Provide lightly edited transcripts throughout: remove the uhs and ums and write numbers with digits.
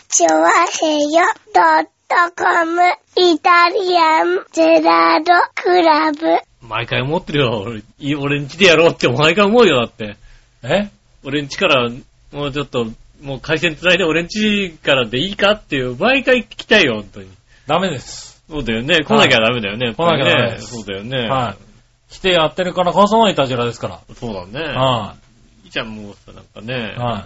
チョワヘヨ.com イタリアンゼラードクラブ。 毎回思ってるよ。俺ん家でやろうって毎回思うよ、だって。俺ん家から、もうちょっと、もう回線繋いで俺ん家からでいいかっていう、毎回聞きたいよ、本当に。 ダメです。 そうだよね。来なきゃダメだよね。 来なきゃダメです。 そうだよね。 はい。来てやってるからこそのイタジラですから。 そうだね。 はい。 いいじゃん、もうさ、なんかね。 はい。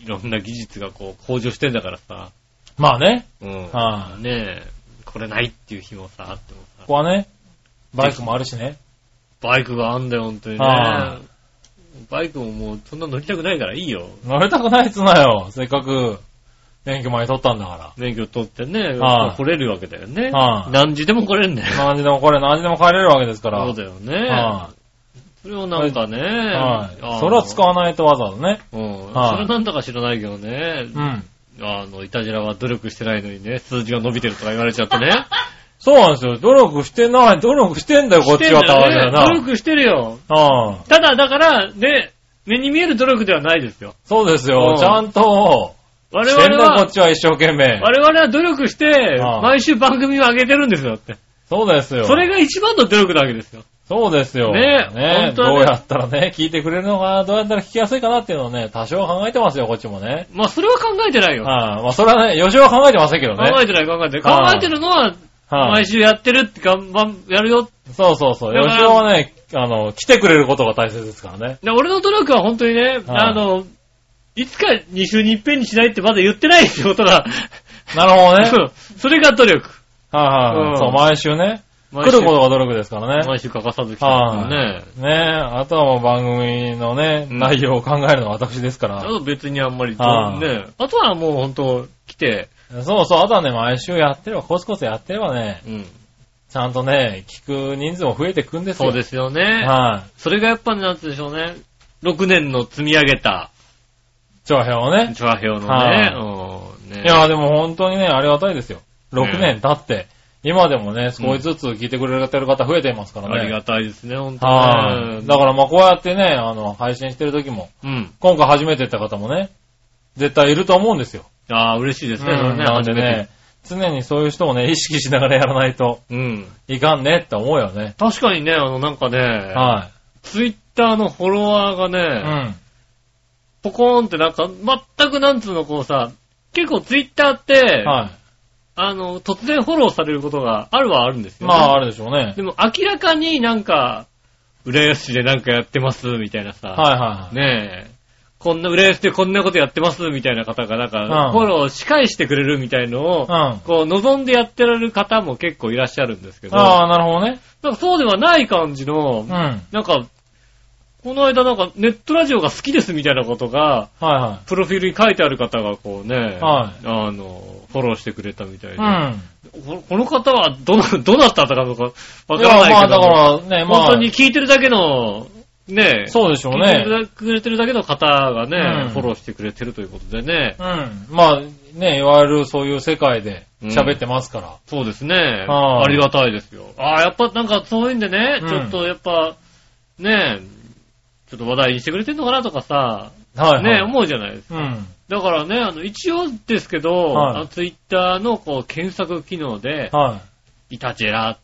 いろんな技術がこう、向上してんだからさ。 まあね。 うん。 はい。 ねえ、これないっていう日もさ、あってもさ。 ここはね、バイクもあるしね。 バイクがあんだよ、ほんとにね。バイクももう、そんな乗りたくないからいいよ。 乗りたくないっつなよ。せっかく、免許前取ったんだから。 免許取ってね、来れるわけだよね。何時でも来れるんだよ。 何時でも来れる、何時でも帰れるわけですから。 そうだよね。それをなんかね。 それは使わないとわざわざね。 それなんだか知らないけどね。イタジラは努力してないのにね、数字が伸びてるとか言われちゃってね。 そうなんですよ。努力してんだよ、こっちはたわけだな。 努力してるよ。ただ、だから、ね、目に見える努力ではないですよ。 そうですよ。ちゃんと、我々は、こっちは一生懸命。 我々は努力して、毎週番組を上げてるんですよって。 そうですよ。 それが一番の努力なわけですよ。 そうですよ。ね、どうやったらね、聞いてくれるのかな、どうやったら聞きやすいかなっていうのをね、多少考えてますよ、こっちもね。 まあ、それは考えてないよ。 まあ、それはね、吉尾は考えてませんけどね。 考えてない。考えてるのは、毎週やってるってやるよ。 そうそうそう。吉尾はね、来てくれることが大切ですからね。 俺の努力は本当にね、いつか2週に一遍にしないってまだ言ってないってことが。 なるほどね。 それが努力。 そう、毎週ね。来ることが努力ですからね。 毎週欠かさず来てるね。 ねあとはもう番組のね、内容を考えるのは私ですから。 あと別にあんまりね。あとはもう本当来て。 そうそう、あとはね、毎週やってれば、コツコツやってればね、ちゃんとね、聞く人数も増えてくんですよ。 そうですよね。それがやっぱりなんてでしょうね。6年の積み上げた。 調和表ね。 調和表のね。 いや、でも本当にね、ありがたいですよ。6年経って、今でもね、少しずつ聞いてくれてる方増えていますからね。 ありがたいですね、本当に。だからまあこうやってね、配信してる時も、今回初めて行った方もね、絶対いると思うんですよ。 嬉しいですね、それね。 なんでね、常にそういう人をね、意識しながらやらないと、いかんねって思うよね。 確かにね、なんかね、ツイッターのフォロワーがね、ポコーンってなんか、全くなんつうのこうさ、結構ツイッターって、突然フォローされることがあるんですよね。 まあ、あるでしょうね。 でも明らかになんか、浦安市でなんかやってます、みたいなさ。ねえ。浦安でこんなことやってます、みたいな方がなんか、フォロー仕返してくれるみたいのを、こう、望んでやってられる方も結構いらっしゃるんですけど。 なるほどね。 なんかそうではない感じの、なんか、この間なんかネットラジオが好きですみたいなことが、プロフィールに書いてある方がこうね、フォローしてくれたみたいで、この方はどなただったかわからないけど、 だからね、 本当に聞いてるだけの、ね、 そうでしょうね。 聞いてくれてるだけの方がね、フォローしてくれてるということでね。 まあね、いわゆるそういう世界で喋ってますから。 そうですね。ありがたいですよ。やっぱなんかそういうんでね、ちょっとやっぱ、ね、ちょっと話題にしてくれてんのかなとかさ、ね、思うじゃないですか。だからね、一応ですけど、ツイッターのこう検索機能で、イタジェラ、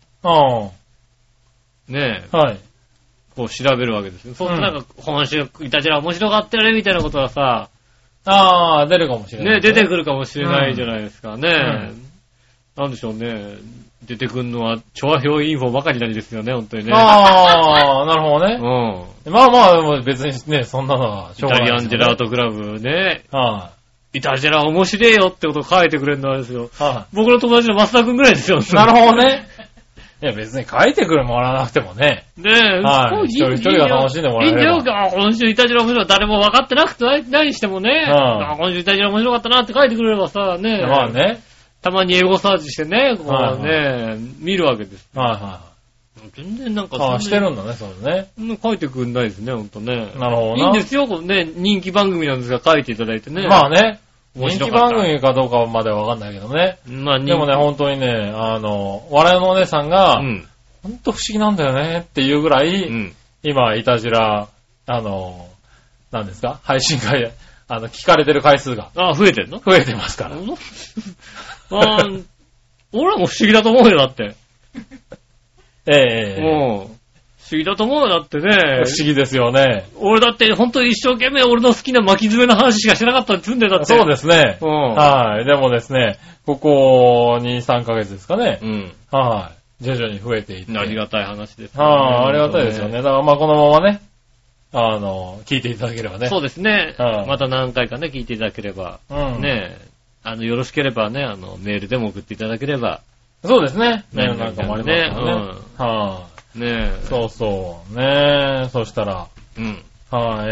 ね、こう調べるわけですよ。そうするとなんか、今週イタジェラ面白かったよねみたいなことはさ、 出るかもしれない。 ね、出てくるかもしれないじゃないですかね。なんでしょうね。出てくるのは、調和表インフォばかりなんですよね、本当にね。 なるほどね。まあまあ、でも別にね、そんなのはしょうがない。イタリアンジェラートクラブね。イタジェラ面白いよってことを書いてくれるのはですよ。僕の友達の増田くんぐらいですよ。 なるほどね。いや別に書いてくれもらわなくてもね。一人一人が楽しんでもらえれば。いいんだよ。 今週イタジェラ面白い。誰も分かってなくて何してもね。今週イタジェラ面白かったなって書いてくれればさ、ね。 まあね。 たまに英語サーチしてね、こうね、見るわけです。全然なんかしてるんだね、そうね。 書いてくんないですね、ほんとね。 なるほどいいんですよ、ね、人気番組なんですが書いていただいてね。 まあね。人気番組かどうかまではわかんないけどね。 まあでもね、本当にね、笑いのお姉さんが、ほんと不思議なんだよねっていうぐらい、今、イタジラ、何ですか配信会聞かれてる回数が。 増えてんの？ 増えてますから。 俺はもう不思議だと思うよ、だって。 もう、不思議だと思うよ、だってね。 不思議ですよね。 俺だって本当に一生懸命俺の好きな巻き爪の話しかしてなかったって言うんだよ、だって。 そうですね。はい。でもですね、ここ2、3ヶ月ですかね。はい。徐々に増えていって。 ありがたい話ですね。 ありがたいですよね。だからまあこのままね、聞いていただければね。 そうですね。また何回かね、聞いていただければ。ねよろしければね、メールでも送っていただければ。 そうですね。メールなんかもありますからね。 ねえ。 そうそう。ねえ。そしたら。はい、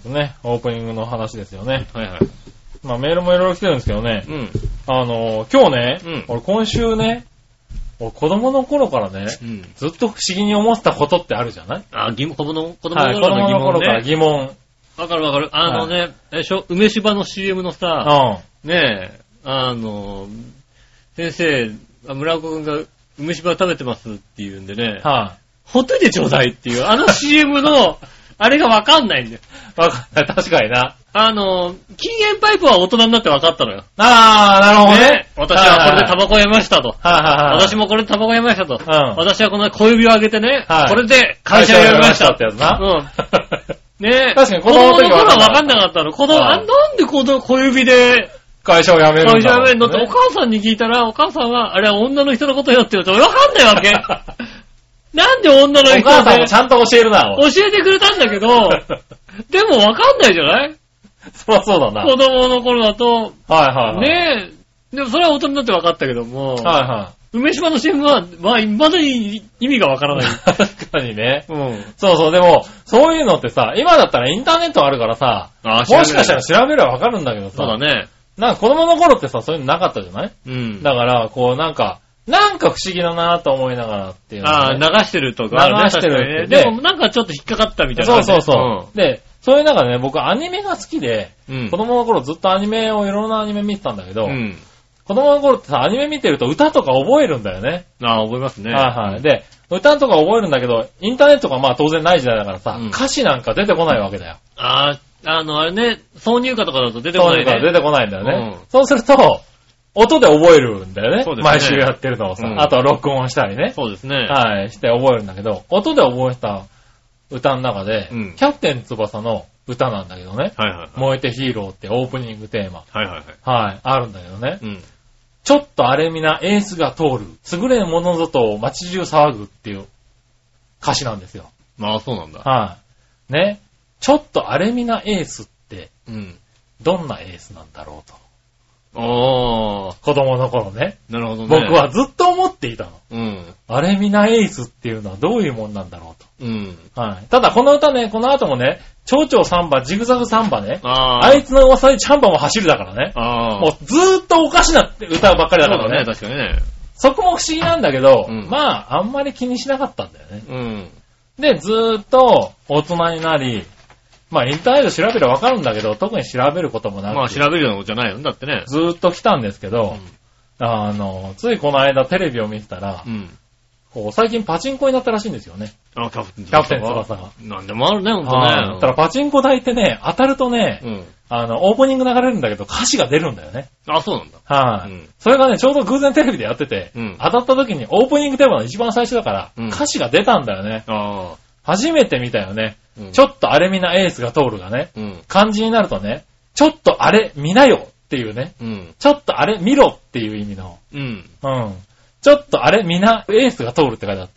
ね、オープニングの話ですよね。はいはい。まあメールもいろいろ来てるんですけどね。今日ね、俺今週ね、俺子供の頃からね、ずっと不思議に思ってたことってあるじゃない？ 子供の頃から疑問。 わかるわかる。梅柴の CM のさ、ねえ、先生、村岡くんが梅柴食べてますって言うんでね、ほっといてちょうだいっていう、CM の、あれがわかんないんだよ。 わかんない。確かにな。 禁煙パイプは大人になってわかったのよ。 なるほどね。 私はこれでタバコやめましたと。私もこれでタバコやめましたと。私はこの小指を上げてね、これで会社をやめましたってやつな。ねえ。確かに子供の頃はわかんなかったの。なんで小指で会社を辞めるんだ。 会社を辞めるのってお母さんに聞いたら、お母さんは、あれは女の人のことよって言うとわかんないわけ。なんで女の人で。お母さんもちゃんと教えるな。 教えてくれたんだけど、でもわかんないじゃない？ そうだな。 子供の頃だと。 はい。 ねえ。でもそれは大人になってわかったけども。梅島の CM は、未だに意味がわからない。 確かにね。そう、でも、そういうのってさ、今だったらインターネットあるからさ、もしかしたら調べればわかるんだけどさ。 そうだね。 なんか子供の頃ってさ、そういうのなかったじゃない？だから、こうなんか不思議だなと思いながらっていうの、 ね。流してるとか、 流してるって。 でもなんかちょっと引っかかったみたいな、 ね。そう。で、そういう中でね、僕アニメが好きで、子供の頃ずっとアニメをいろんなアニメ見てたんだけど、子供の頃ってさ、アニメ見てると歌とか覚えるんだよね。 覚えますね。 で、歌とか覚えるんだけど、インターネットがまあ当然ない時代だからさ、歌詞なんか出てこないわけだよ。あれね、挿入歌とかだと出てこないね。 挿入歌出てこないんだよね。そうすると、音で覚えるんだよね。毎週やってるのをさ。あとは録音したりね。 そうですね。 して覚えるんだけど、音で覚えた歌の中で、キャプテン翼の歌なんだけどね。燃えてヒーローってオープニングテーマ。あるんだけどね。ちょっとあれみなエースが通る。優れものぞと街中騒ぐっていう歌詞なんですよ。 そうなんだ。 ね。ちょっとあれみなエースって、どんなエースなんだろうと。子供の頃ね。 なるほどね。 僕はずっと思っていたの。あれみなエースっていうのはどういうもんなんだろうと。ただこの歌ね、この後もね、蝶々サンバ、ジグザグサンバね。あいつの噂でチャンバも走るだからね。もうずーっとおかしな歌ばっかりだからね。 確かにね。 そこも不思議なんだけど、あんまり気にしなかったんだよね。で、ずーっと大人になり、インターネット調べればわかるんだけど、特に調べることもなく。 調べるようなことじゃないよ。だってね。 ずーっと来たんですけど、ついこの間テレビを見てたら、最近パチンコになったらしいんですよね。 キャプテン翼が。 なんでもあるね、ほんとね。 ただパチンコ台ってね、当たるとね、オープニング流れるんだけど歌詞が出るんだよね。 そうなんだ。 それがね、ちょうど偶然テレビでやってて、当たった時にオープニングテーマの一番最初だから、歌詞が出たんだよね。初めて見たよね。ちょっとあれみなエースが通るがね、漢字になるとね、ちょっとあれ見なよっていうね、ちょっとあれ見ろっていう意味の、ちょっとあれみなエースが通るって書いてあって、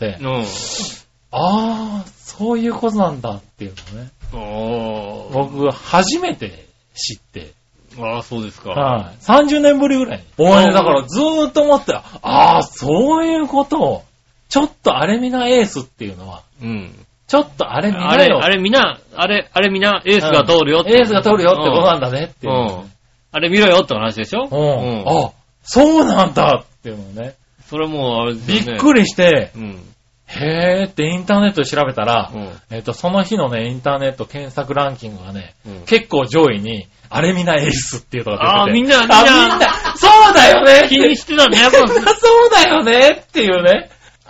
そういうことなんだっていうのね。僕初めて知って、 そうですか。 30年ぶりぐらいに。だからずーっと思って、そういうことを、ちょっとあれみなエースっていうのは、ちょっとあれ見なよ。 あれみな、エースが通るよって。 エースが通るよってことなんだねっていう。 あれ見ろよって話でしょ？ そうなんだっていうのね。 それもあれですよね。 びっくりして、へーってインターネットで調べたら、その日のね、インターネット検索ランキングがね、結構上位に、あれみなエースっていうのが出てて。 みんな、 そうだよね気にしてたね、やっぱ。 そうだよねっていうね。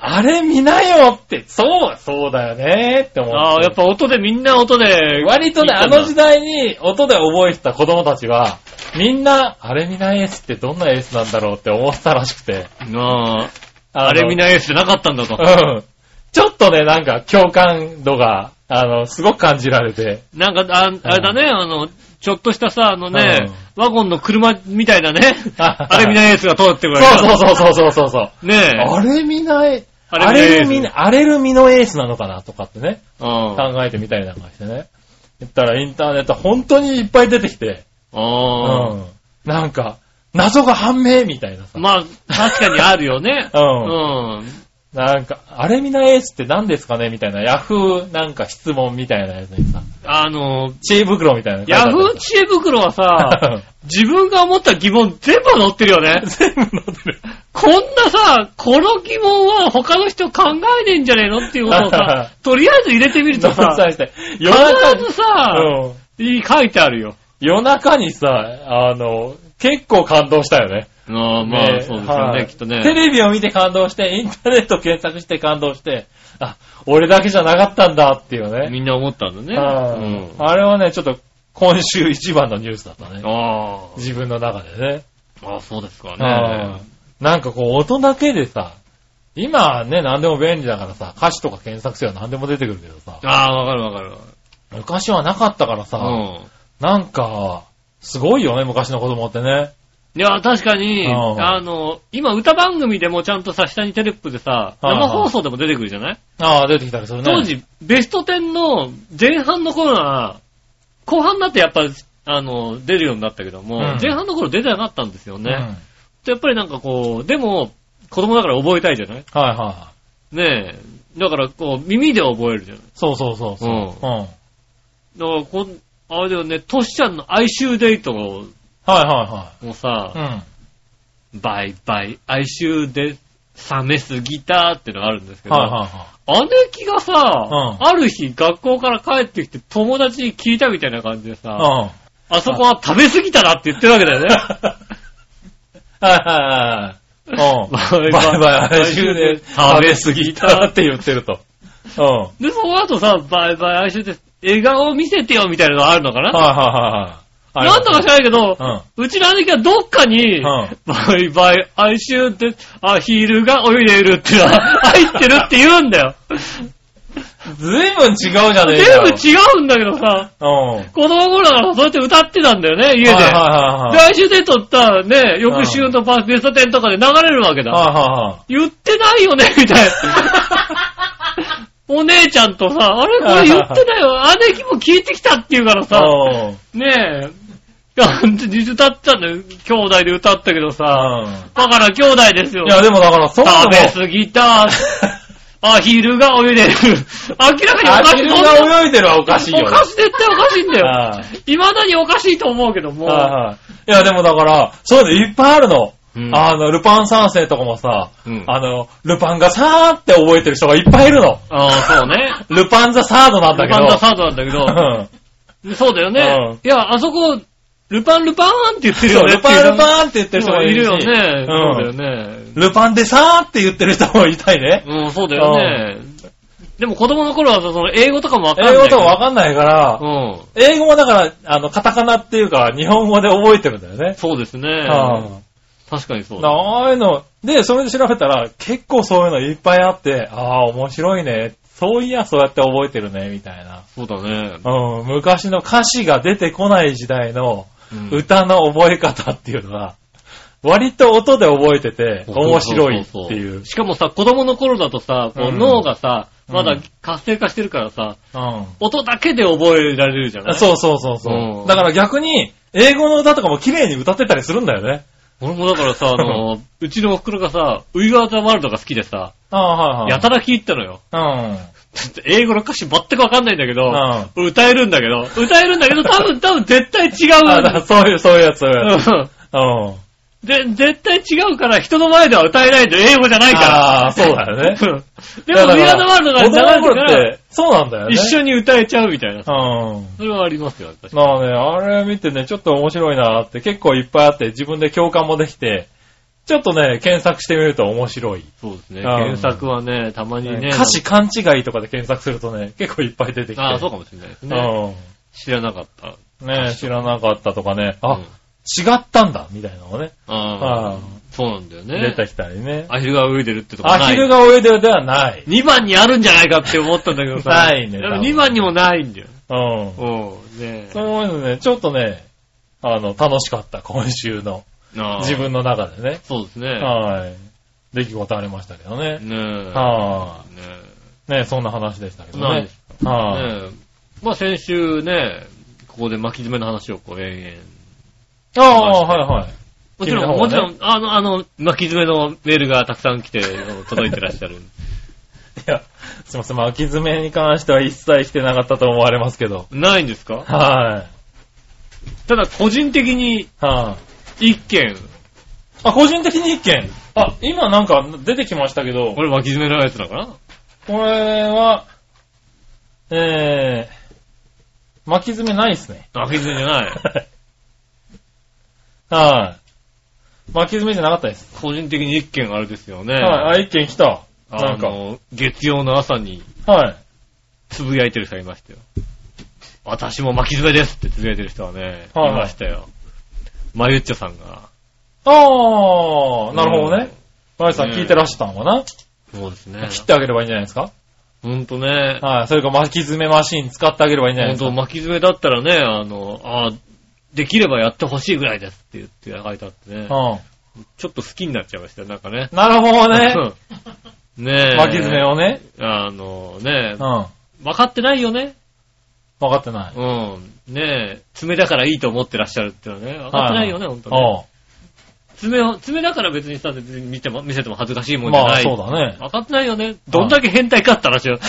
あれ見なよって、そうだよねって思って。 ああ、やっぱみんな音で。 割とね、あの時代に音で覚えてた子供たちは、みんな、あれ見なエースってどんなエースなんだろうって思ってたらしくて。 あれ見なエースってなかったんだと。 うん。ちょっとね、なんか共感度が、すごく感じられて。 なんか、あれだね、ちょっとしたさ、ワゴンの車みたいなね、あれ見ないエースが通ってくるわけ。そう。 ねえ。 あれ見ない、あれルミのエースなのかなとかってね、考えてみたりなんかしてね。言ったらインターネット本当にいっぱい出てきて、なんか、謎が判明みたいなさ。 まあ、確かにあるよね。 なんか、あれみなエースって何ですかねみたいな、ヤフーなんか質問みたいなやつにさ。知恵袋みたいな。 ヤフー知恵袋はさ、自分が思った疑問全部載ってるよね。 全部載ってる。 こんなさ、この疑問は他の人考えねえんじゃねえのっていうことをさ、とりあえず入れてみるとさ、必ずさ、書いてあるよ。 夜中にさ、結構感動したよね。 まあ、そうですよね、きっとね。 テレビを見て感動して、インターネット検索して感動して、俺だけじゃなかったんだっていうね。 みんな思ったんだね。 あれはね、ちょっと今週一番のニュースだったね。自分の中でね。 そうですかね。 なんかこう、音だけでさ、今ね、何でも便利だからさ、歌詞とか検索すれば何でも出てくるけどさ。 わかる。 昔はなかったからさ、なんか、すごいよね、昔の子供ってね。 いや、確かに、今歌番組でもちゃんとさ、下にテレップでさ、生放送でも出てくるじゃない？ 出てきたりするね。 当時、ベスト10の前半の頃は、後半になってやっぱ、出るようになったけども、前半の頃出てなかったんですよね。やっぱりなんかこう、でも、子供だから覚えたいじゃない？ねえ。だからこう、耳で覚えるじゃない？ そう。 だからあれだよね、トシちゃんの哀愁デートを、もうさ、バイバイ、哀愁で冷めすぎたってのがあるんですけど、姉貴がさ、ある日学校から帰ってきて友達に聞いたみたいな感じでさ、あそこは食べすぎたなって言ってるわけだよね。 バイバイ、哀愁で食べすぎたって言ってると。 で、その後さ、バイバイ、哀愁で笑顔を見せてよみたいなのがあるのかな？なんだか知らないけど、うちの姉貴はどっかに、バイバイ、哀愁って、ヒールが泳いでいるってのは入ってるって言うんだよ。 ずいぶん違うじゃねえか。 全部違うんだけどさ、子供頃だからそうやって歌ってたんだよね、家で。で、哀愁で撮ったね、翌週のベスト10とかで流れるわけだ。言ってないよね、みたいな。お姉ちゃんとさ、あれこれ言ってないよ。姉貴も聞いてきたって言うからさ、ねえ、歌ったんだよ。兄弟で歌ったけどさ、だから兄弟ですよ。 いやでもだからそう食べすぎた。ヒールが泳いでる。明らかにおかしい。 ヒールが泳いでるはおかしいよ。 絶対おかしいんだよ。未だにおかしいと思うけども。 いやでもだから、そういうのいっぱいあるの。ルパン三世とかもさ、ルパンがさーって覚えてる人がいっぱいいるの。 そうね。 ルパンザサードなんだけど。 ルパンザサードなんだけど。そうだよね。いや、あそこ、ルパンって言ってるよね。 ルパンって言ってる人がいるよね。そうだよね。 ルパンでさーって言ってる人もいたいね。 そうだよね。でも子供の頃はその英語とかもわかんない。 英語とかわかんないから、英語もだから、カタカナっていうか、日本語で覚えてるんだよね。 そうですね。確かにそうだ。 ああいうの、で、それで調べたら、結構そういうのいっぱいあって、面白いね。そういや、そうやって覚えてるね、みたいな。 そうだね。 昔の歌詞が出てこない時代の歌の覚え方っていうのは、割と音で覚えてて、面白いっていう。 しかもさ、子供の頃だとさ、脳がさ、まだ活性化してるからさ、音だけで覚えられるじゃない？ そう。だから逆に、英語の歌とかも綺麗に歌ってたりするんだよね。 俺もだからさ、うちのお袋がさ、ウィーアーザワールドが好きでさ、やたら聞いたのよ。英語の歌詞全くわかんないんだけど、歌えるんだけど、多分絶対違う。 そういうやつ。 絶対違うから人の前では歌えないんだよ。英語じゃないから。 そうだよね。 でも、ウィーアーザワールドが流れてから、 そうなんだよね。 一緒に歌えちゃうみたいな。それはありますよ、私。 あれ見てね、ちょっと面白いなって結構いっぱいあって自分で共感もできて、 ちょっとね、検索してみると面白い。 そうですね。検索はね、たまにね。 歌詞勘違いとかで検索するとね、結構いっぱい出てきて。 ああ、そうかもしれないですね。知らなかった。 ね、知らなかったとかね。あ、違ったんだみたいなのね。 そうなんだよね。 出てきたりね。 アヒルが泳いでるってとこない。 アヒルが泳いでるではない。 2番にあるんじゃないかって思ったんだけどさ。 ないね。 2番にもないんだよ。 ね、そういうのね、ちょっとね、楽しかった、今週の。自分の中でね。 そうですね。 はい。出来事ありましたけどね。ねそんな話でしたけどね。 まあ先週ね、ここで巻き爪の話を延 々。はい。 もちろん、巻き爪のメールがたくさん来て、届いてらっしゃる。 いや、すいません、巻き爪に関しては一切来てなかったと思われますけど。 ないんですか？ はい。 ただ、個人的に、一件。 個人的に一件。今なんか出てきましたけど。 これ巻き爪のやつだから？ これは、巻き爪ないっすね。 巻き爪じゃない。 はい。巻き爪じゃなかったです。 個人的に一件あれですよね。 はい。一件来た。なんか。 月曜の朝に。 はい。 つぶやいてる人がいましたよ。私も巻き爪ですってつぶやいてる人はね、いましたよ。まゆっちょさんが。なるほどね。まゆさん聞いてらっしゃったのかな？ そうですね。 切ってあげればいいんじゃないですか？ ほんとね。 はい。それか巻き爪マシン使ってあげればいいんじゃないですか？ ほんと巻き爪だったらね、できればやってほしいぐらいですって言って書いてあってね。ちょっと好きになっちゃいましたよ、なんかね。 なるほどね。 ねえ。 巻き爪をね。 分かってないよね。 分かってない。 ねえ、爪だからいいと思ってらっしゃるっていうのはね、分かってないよね、ほんとね。爪だから別にさ、見せても恥ずかしいもんじゃない。 まあそうだね。 分かってないよね。どんだけ変態かって話よ。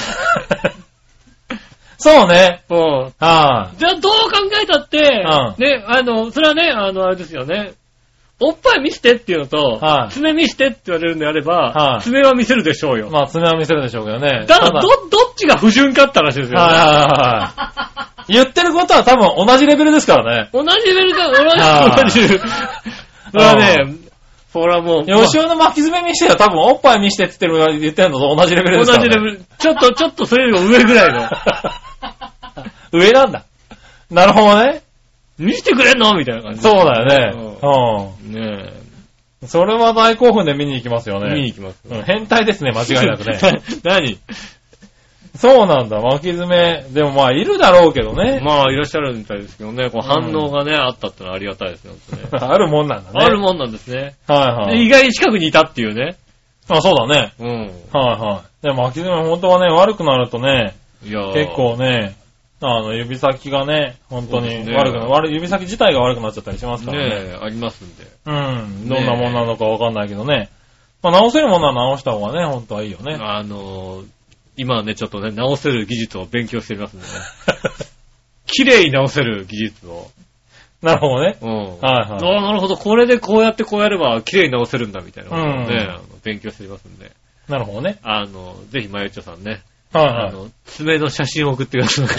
そうね。 じゃあどう考えたって、ね、それはね、あれですよね。おっぱい見せてっていうのと、爪見せてって言われるんであれば、爪は見せるでしょうよ。 まあ爪は見せるでしょうけどね。 だからどっちが不純かって話ですよね。 言ってることは多分同じレベルですからね。 同じレベルだ、同じレベル。それはね、それはもう。 吉尾の巻き爪見せては多分おっぱい見せてって言ってるのと同じレベルですからね。 同じレベル。ちょっとそれよりも上ぐらいの。 上なんだ。なるほどね。 見せてくれんのみたいな感じ。 そうだよね。ねえ。それは大興奮で見に行きますよね。 見に行きます。 変態ですね、間違いなくね。 何？ そうなんだ、巻き爪。でもまあ、いるだろうけどね。 まあ、いらっしゃるみたいですけどね。反応がね、あったってのはありがたいですね。 あるもんなんだね。 あるもんなんですね。 意外に近くにいたっていうね。 そうだね。でも巻き爪本当はね、悪くなるとね、結構ね、指先がね、本当に指先自体が悪くなっちゃったりしますからね。 ありますんで。 どんなもんなのかわかんないけどね。まあ、直せるものは直した方がね、本当はいいよね。 今はね、ちょっとね、直せる技術を勉強していますんでね。綺麗に直せる技術を。 なるほどね。 なるほど。これでこうやってこうやれば綺麗に直せるんだみたいなことをね、勉強していますんで。 なるほどね。 ぜひ、まゆっちょさんね。爪の写真を送ってください。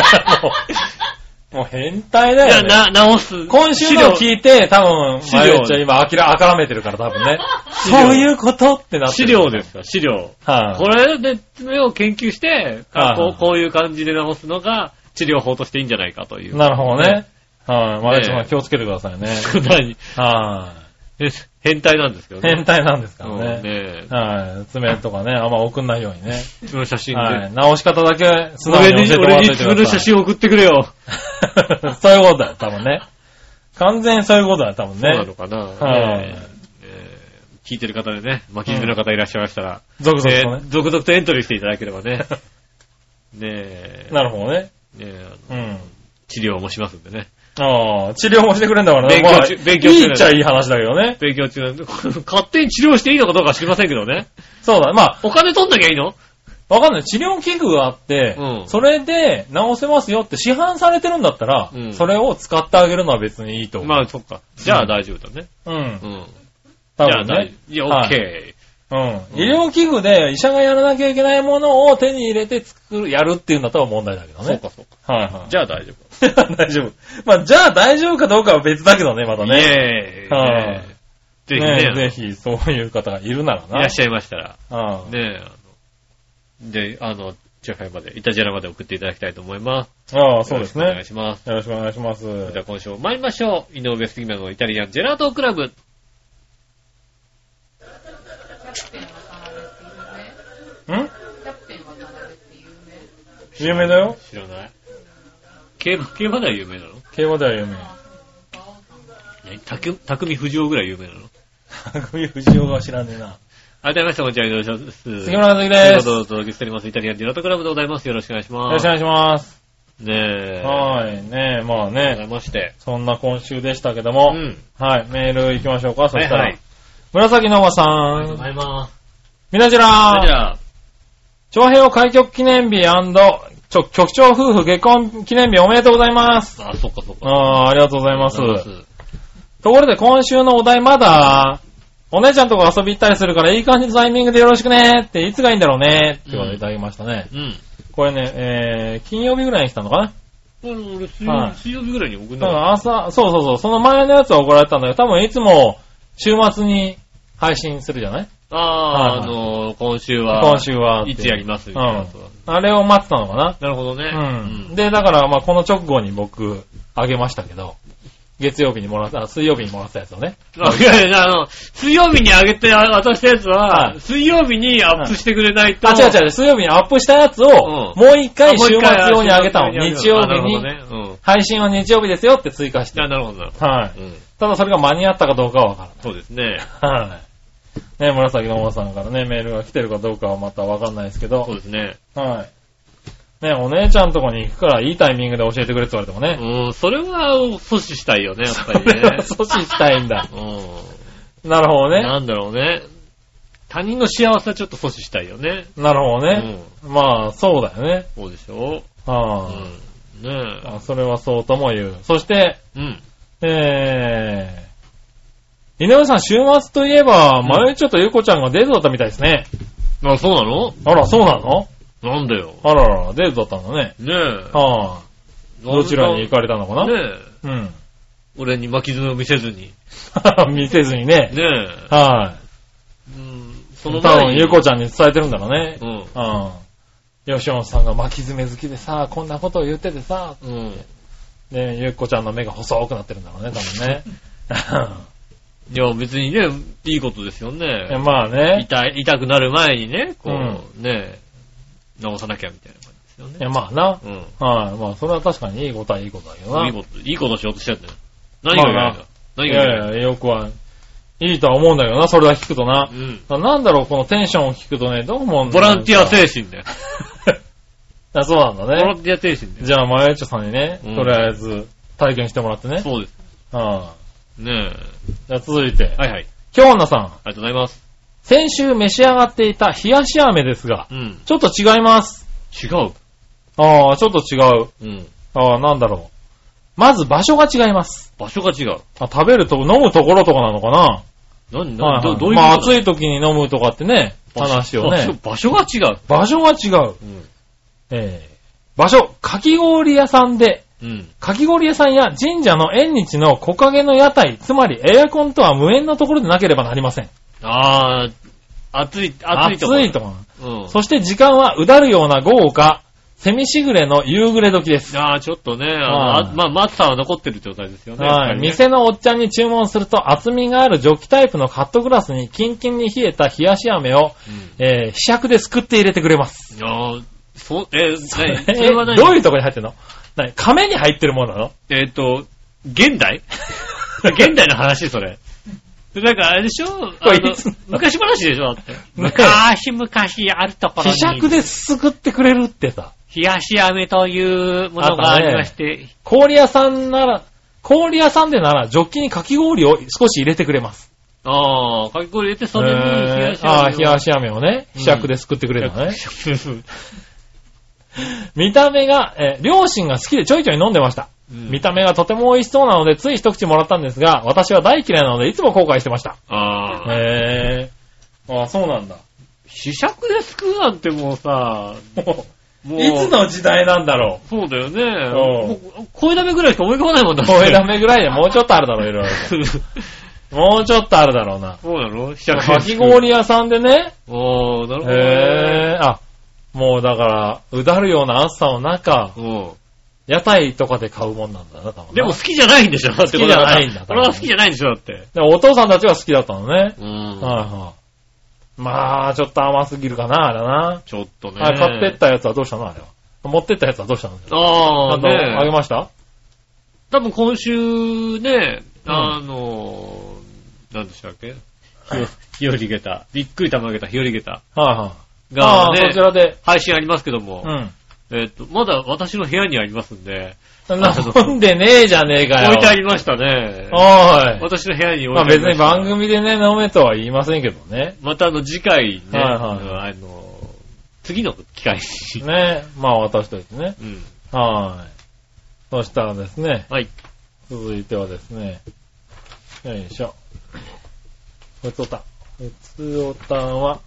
もう変態だよね。 いや、直す。 今週の聞いて、多分、まゆっちょ今、あからめてるから多分ね。そういうことってなってる。 資料ですか、資料。これで爪を研究して、こういう感じで直すのが、治療法としていいんじゃないかという。 なるほどね。まゆっちょさん気をつけてくださいね。 変態なんですけどね。 変態なんですからね。爪とかね、あんま送んないようにね。 爪の写真で。 直し方だけ素直に教えてもらってください。俺に爪の写真送ってくれよ。 そういうことだよ、多分ね。完全にそういうことだよ、多分ね。 そうなのかな。聞いてる方でね、巻き爪の方いらっしゃいましたら、 続々 とエントリーしていただければね。 なるほどね。 治療もしますんでね。 治療もしてくれんだからね。勉強中。いいっちゃいい話だけどね。 勉強中なんで。勝手に治療していいのかどうか知りませんけどね。 そうだ、まあ。 お金取んなきゃいいの？ わかんない。治療器具があって、それで治せますよって市販されてるんだったら、それを使ってあげるのは別にいいと思う。 まあ、そっか。じゃあ大丈夫だね。 多分ね。 いや、オッケー。医療器具で医者がやらなきゃいけないものを手に入れてやるっていうんだったら問題だけどね。 そうか。じゃあ大丈夫。 大丈夫。まあ、じゃあ大丈夫かどうかは別だけどね、またね。 ぜひね。 ぜひ、そういう方がいるならな。 いらっしゃいましたら。 ねで、チューハイまで、イタジェラまで送っていただきたいと思います。 そうですね。 お願いします。 よろしくお願いします。 じゃあ今週も参りましょう。井上杉村のイタリアンジェラートクラブ。ん？ 有名だよ。 知らない。競馬では有名なの？ 競馬では有名。 匠藤尾ぐらい有名なの？ 匠藤尾は知らねえな。 改めまして、こんにちは、井上です。 杉村和樹です。 ということでお届けしております。イタリアンジェラートクラブでございます。よろしくお願いします。 よろしくお願いします。 ねえ。 はい。ねえ、まあね。 ございまして。 そんな今週でしたけども。はい。メール行きましょうか。そしたら。はい。紫のおばさん。 ありがとうございます。 みなじらー。長平開局記念日&局長夫婦結婚記念日おめでとうございます。 あ、そっかそっか。 ありがとうございます。ところで今週のお題まだ、お姉ちゃんとこ遊び行ったりするからいい感じのタイミングでよろしくねっていつがいいんだろうねって言われていただきましたね。これね、金曜日ぐらいに来たのかな？ 俺水曜日ぐらいに送るの。 そう。その前のやつは送られたんだけど、多分いつも週末に配信するじゃない？ 今週はいつやりますみたいな。 あれを待ってたのかな？ なるほどね。 で、だからこの直後に僕あげましたけど、水曜日にもらったやつをね。 水曜日にあげて渡したやつは、水曜日にアップしてくれないと。 違う。水曜日にアップしたやつを、もう一回週末用にあげたの。日曜日に、配信は日曜日ですよって追加して。 なるほど。 はい。ただそれが間に合ったかどうかはわからない。 そうですね。 はい。ね、紫のおばさんからね、メールが来てるかどうかはまたわかんないですけど。 そうですね。 はい。ね、お姉ちゃんとこに行くからいいタイミングで教えてくれって言われてもね。 それは阻止したいよね、やっぱりね。 阻止したいんだ。なるほどね。 なんだろうね。他人の幸せはちょっと阻止したいよね。 なるほどね。まあ、そうだよね。 そうでしょ。 ねえ。それはそうとも言う。そして、井上さん、週末といえば、前ちょっとゆうこちゃんがデートだったみたいですね。 あ、そうなの？ あら、そうなの？ なんだよ。 あら、デートだったんだね。 ねえ。 どちらに行かれたのかな？ ねえ。俺に巻き爪を見せずに。 見せずにね。 ねえ。 はい。その前に。多分、ゆうこちゃんに伝えてるんだろうね。吉本さんが巻き爪好きでさ、こんなことを言っててさ、ね、ゆうこちゃんの目が細くなってるんだろうね、多分ね。 いや、別にね、いいことですよね。 まあね。 痛くなる前にね、ね、直さなきゃみたいな感じですよね。 いや、まあな。はい。まあ、それは確かにいいことはいいことだけどな。 いいことしようとしちゃってる。何がいいんだ？ いや、よくは、いいとは思うんだけどな、それは聞くとな。なんだろう、このテンションを聞くとね、どう思うんだろう。 ボランティア精神だよ。 そうなんだね。 ボランティア精神だよ。 じゃあ、まゆちょさんにね、とりあえず、体験してもらってね。 そうです。ねえ。 じゃあ続いて。 はいはい。 京女さん。ありがとうございます。 先週召し上がっていた冷やし飴ですが、ちょっと違います。 違う？ ちょっと違う。なんだろう。まず場所が違います。 場所が違う。 食べると、飲むところとかなのかな？ どういうこと？ まあ暑い時に飲むとかってね、話をね。 場所が違う。 場所が違う。場所、かき氷屋さんで、かき氷屋さんや神社の縁日の木陰の屋台、つまりエアコンとは無縁のところでなければなりません。 暑いところ。そして時間はうだるような午後か、セミしぐれの夕暮れ時です。 ちょっとね、松さんは残ってる状態ですよね。 店のおっちゃんに注文すると厚みがあるジョッキタイプのカットグラスにキンキンに冷えた冷やし飴を、ひしゃくですくって入れてくれます。 それは何？ どういうところに入ってるの？亀に入ってるものなの？ 現代現代の話それ。なんかあれでしょ？昔話でしょ？だって。昔あるところに。 ひしゃくですくってくれるってさ。 冷やし飴というものがありまして。 氷屋さんでなら、ジョッキにかき氷を少し入れてくれます。 かき氷入れて、それに冷やし飴。 冷やし飴をね、ひしゃくですくってくれるのね。見た目が、両親が好きでちょいちょい飲んでました。見た目がとても美味しそうなので、つい一口もらったんですが、私は大嫌いなので、いつも後悔してました。そうなんだ。 ひしゃくですくうなんてもうさ、 いつの時代なんだろう。そうだよね。声だめぐらいしか思い浮かばないもんだ。 声だめぐらいでもうちょっとあるだろう、いろいろ。 もうちょっとあるだろうな。 そうなの？ かき氷屋さんでね。 なるほどね。 もうだから、うだるような暑さの中、屋台とかで買うもんなんだな、多分。 でも好きじゃないんでしょ？ 好きじゃないんだ。 これは好きじゃないんでしょ？だって。 でもお父さんたちは好きだったのね。まあ、ちょっと甘すぎるかな、あれな。 ちょっとね。 買ってったやつはどうしたのあれは。持ってったやつはどうしたのね。 あげました？ 多分今週ね、何でしたっけ？日和下駄。びっくり玉下駄、日和下駄。がね、 そちらで配信ありますけども、まだ私の部屋にありますんで。 飲んでねえじゃねえかよ。 置いてありましたね。私の部屋に置いてありました。 別に番組でね、飲めとは言いませんけどね。 また次回ね、次の機会に。 ね、私とですね。そしたらですね。続いてはですね。よいしょ。ふつおたは、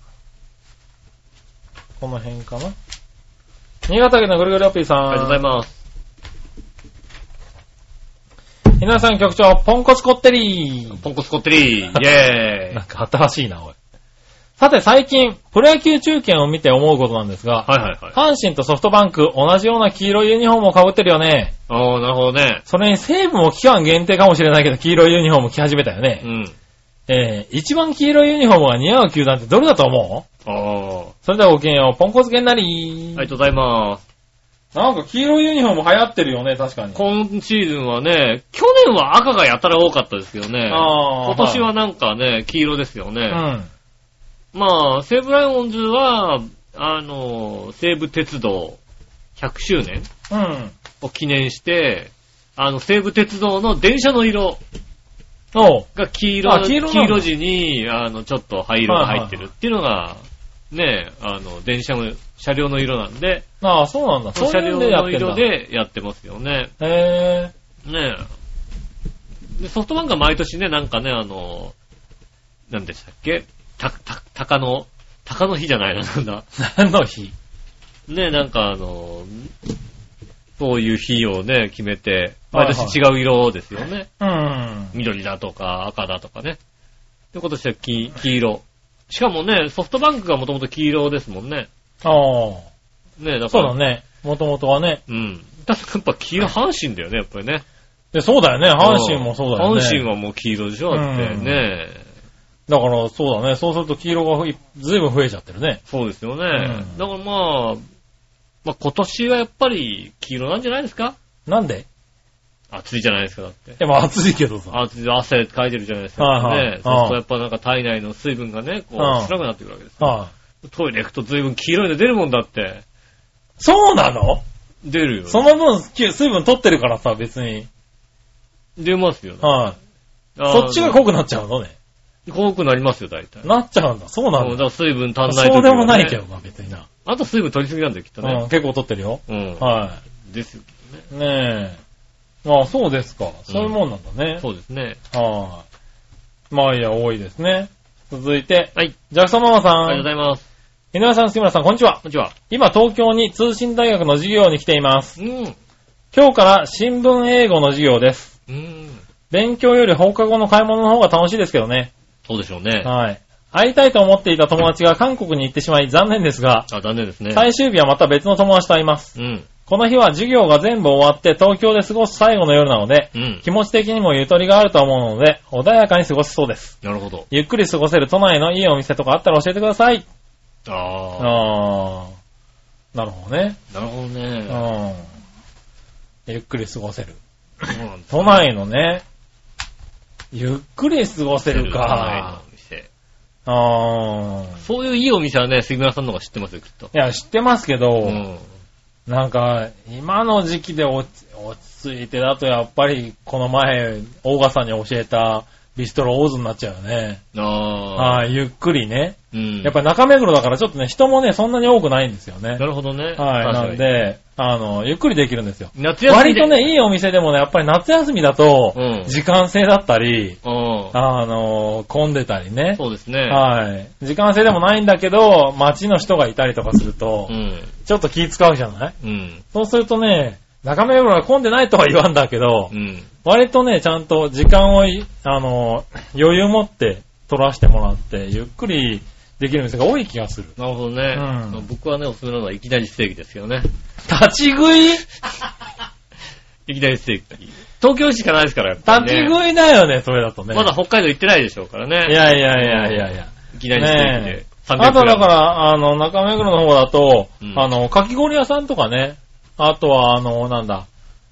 この辺かな。新潟県のぐるぐるおっぴーさん。 ありがとうございます。 皆さん局長、ポンコツこってりー。 ポンコツこってりー。イェーイ。 なんか新しいな、おい。さて最近、プロ野球中継を見て思うことなんですが、阪神とソフトバンク、同じような黄色いユニフォームを被ってるよね。 なるほどね。 それに西武も期間限定かもしれないけど、黄色いユニフォーム着始めたよね。一番黄色いユニフォームが似合う球団ってどれだと思う？それではごきげんよう、ポンコツげんなりー。 ありがとうございます。 なんか黄色いユニフォーム流行ってるよね、確かに。 今シーズンはね、去年は赤がやたら多かったですけどね。今年はなんかね、黄色ですよね。西武ライオンズは、西武鉄道100周年を記念して、西武鉄道の電車の色が黄色地に、ちょっと灰色が入ってるっていうのが、ね、電車の車両の色なんで。 そうなんだ。 車両の色でやってますよね。ねで、ソフトバンクは毎年ね、なんかね、何でしたっけ？鷹の日じゃないな、なんだ。 何の日？ ね、なんかそういう日をね、決めて、毎年違う色ですよね。緑だとか赤だとかね。で、今年は黄色。しかもね、ソフトバンクがもともと黄色ですもんね。ね、だから。 そうだね。もともとはね。 だってやっぱ黄色阪神だよね、やっぱりね。 そうだよね、阪神もそうだよね。 阪神はもう黄色でしょ、だってね。 だからそうだね、そうすると黄色がずいぶん増えちゃってるね。 そうですよね。だから今年はやっぱり黄色なんじゃないですか？ なんで？ 暑いじゃないですか、だって。 でも暑いけどさ。 汗かいてるじゃないですか。ね。そうするとやっぱなんか体内の水分がね、こう、少なくなってくるわけですよ。トイレ行くと随分黄色いの出るもんだって。 そうなの？ 出るよ。 その分、水分取ってるからさ、別に。 出ますよね。 そっちが濃くなっちゃうのね。 濃くなりますよ、大体。 なっちゃうんだ。そうなんだ。 だから水分足んないと、 そうでもないけどな、別にな。 あと水分取りすぎなんだよ、きっとね。 結構取ってるよ。 ですよね。ねえ。そうですか。そういうもんなんだね。 そうですね。 いや、多いですね。続いて。ジャクソンママさん。 ありがとうございます。 井上さん、杉村さん、こんにちは。 こんにちは。 今、東京に通信大学の授業に来ています。今日から新聞英語の授業です。勉強より放課後の買い物の方が楽しいですけどね。 そうでしょうね。 会いたいと思っていた友達が韓国に行ってしまい残念ですが。 残念ですね。 最終日はまた別の友達と会います。この日は授業が全部終わって東京で過ごす最後の夜なので、気持ち的にもゆとりがあると思うので、穏やかに過ごせそうです。 なるほど。 ゆっくり過ごせる都内のいいお店とかあったら教えてください。なるほどね。 なるほどね。 ゆっくり過ごせる。都内のね、ゆっくり過ごせるか。 そういういいお店はね、杉村さんの方が知ってますよ、きっと。 いや、知ってますけど、なんか、今の時期で落ち着いてだとやっぱり、この前、大賀さんに教えたビストロオーズになっちゃうよね。ゆっくりね。やっぱり中目黒だからちょっとね、人もね、そんなに多くないんですよね。 なるほどね。 なんで、ゆっくりできるんですよ。 夏休み割とね、いいお店でもね、やっぱり夏休みだと、時間制だったり、混んでたりね。 そうですね。 時間制でもないんだけど、街の人がいたりとかすると、ちょっと気使うじゃない？そうするとね、 中目黒が混んでないとは言わんだけど、割とね、ちゃんと時間を、余裕持って取らせてもらって、ゆっくりできる店が多い気がする。 なるほどね。僕はね、おすすめなのはいきなりステーキですよね。 立ち食いいきなりステーキ。東京しかないですから、やっぱり、ね。 立ち食いだよね、それだとね。 まだ北海道行ってないでしょうからね。 いや。 いきなりステーキで。 あとだから、中目黒の方だと、かき氷屋さんとかね。あとは、なんだ。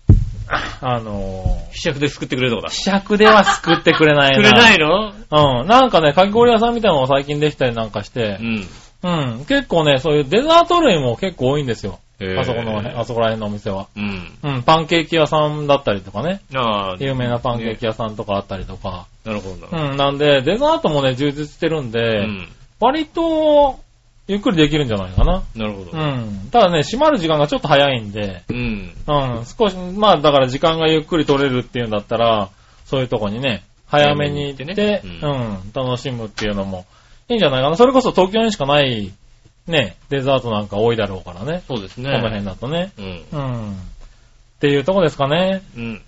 ひしゃくですくってくれるとこだ。 ひしゃくではすくってくれないな。 くれないの？ なんかね、かき氷屋さんみたいなのが最近できたりなんかして、結構ね、そういうデザート類も結構多いんですよ。あそこら辺のお店は。パンケーキ屋さんだったりとかね。有名なパンケーキ屋さんとかあったりとか。 なるほど。 なんで、デザートもね、充実してるんで、割と、ゆっくりできるんじゃないかな。 なるほど。 ただね、閉まる時間がちょっと早いんで、少し、まあだから時間がゆっくり取れるっていうんだったら、そういうとこにね、早めに行って、楽しむっていうのもいいんじゃないかな。それこそ東京にしかない、ね、デザートなんか多いだろうからね。 そうですね。 この辺だとね。っていうとこですかね。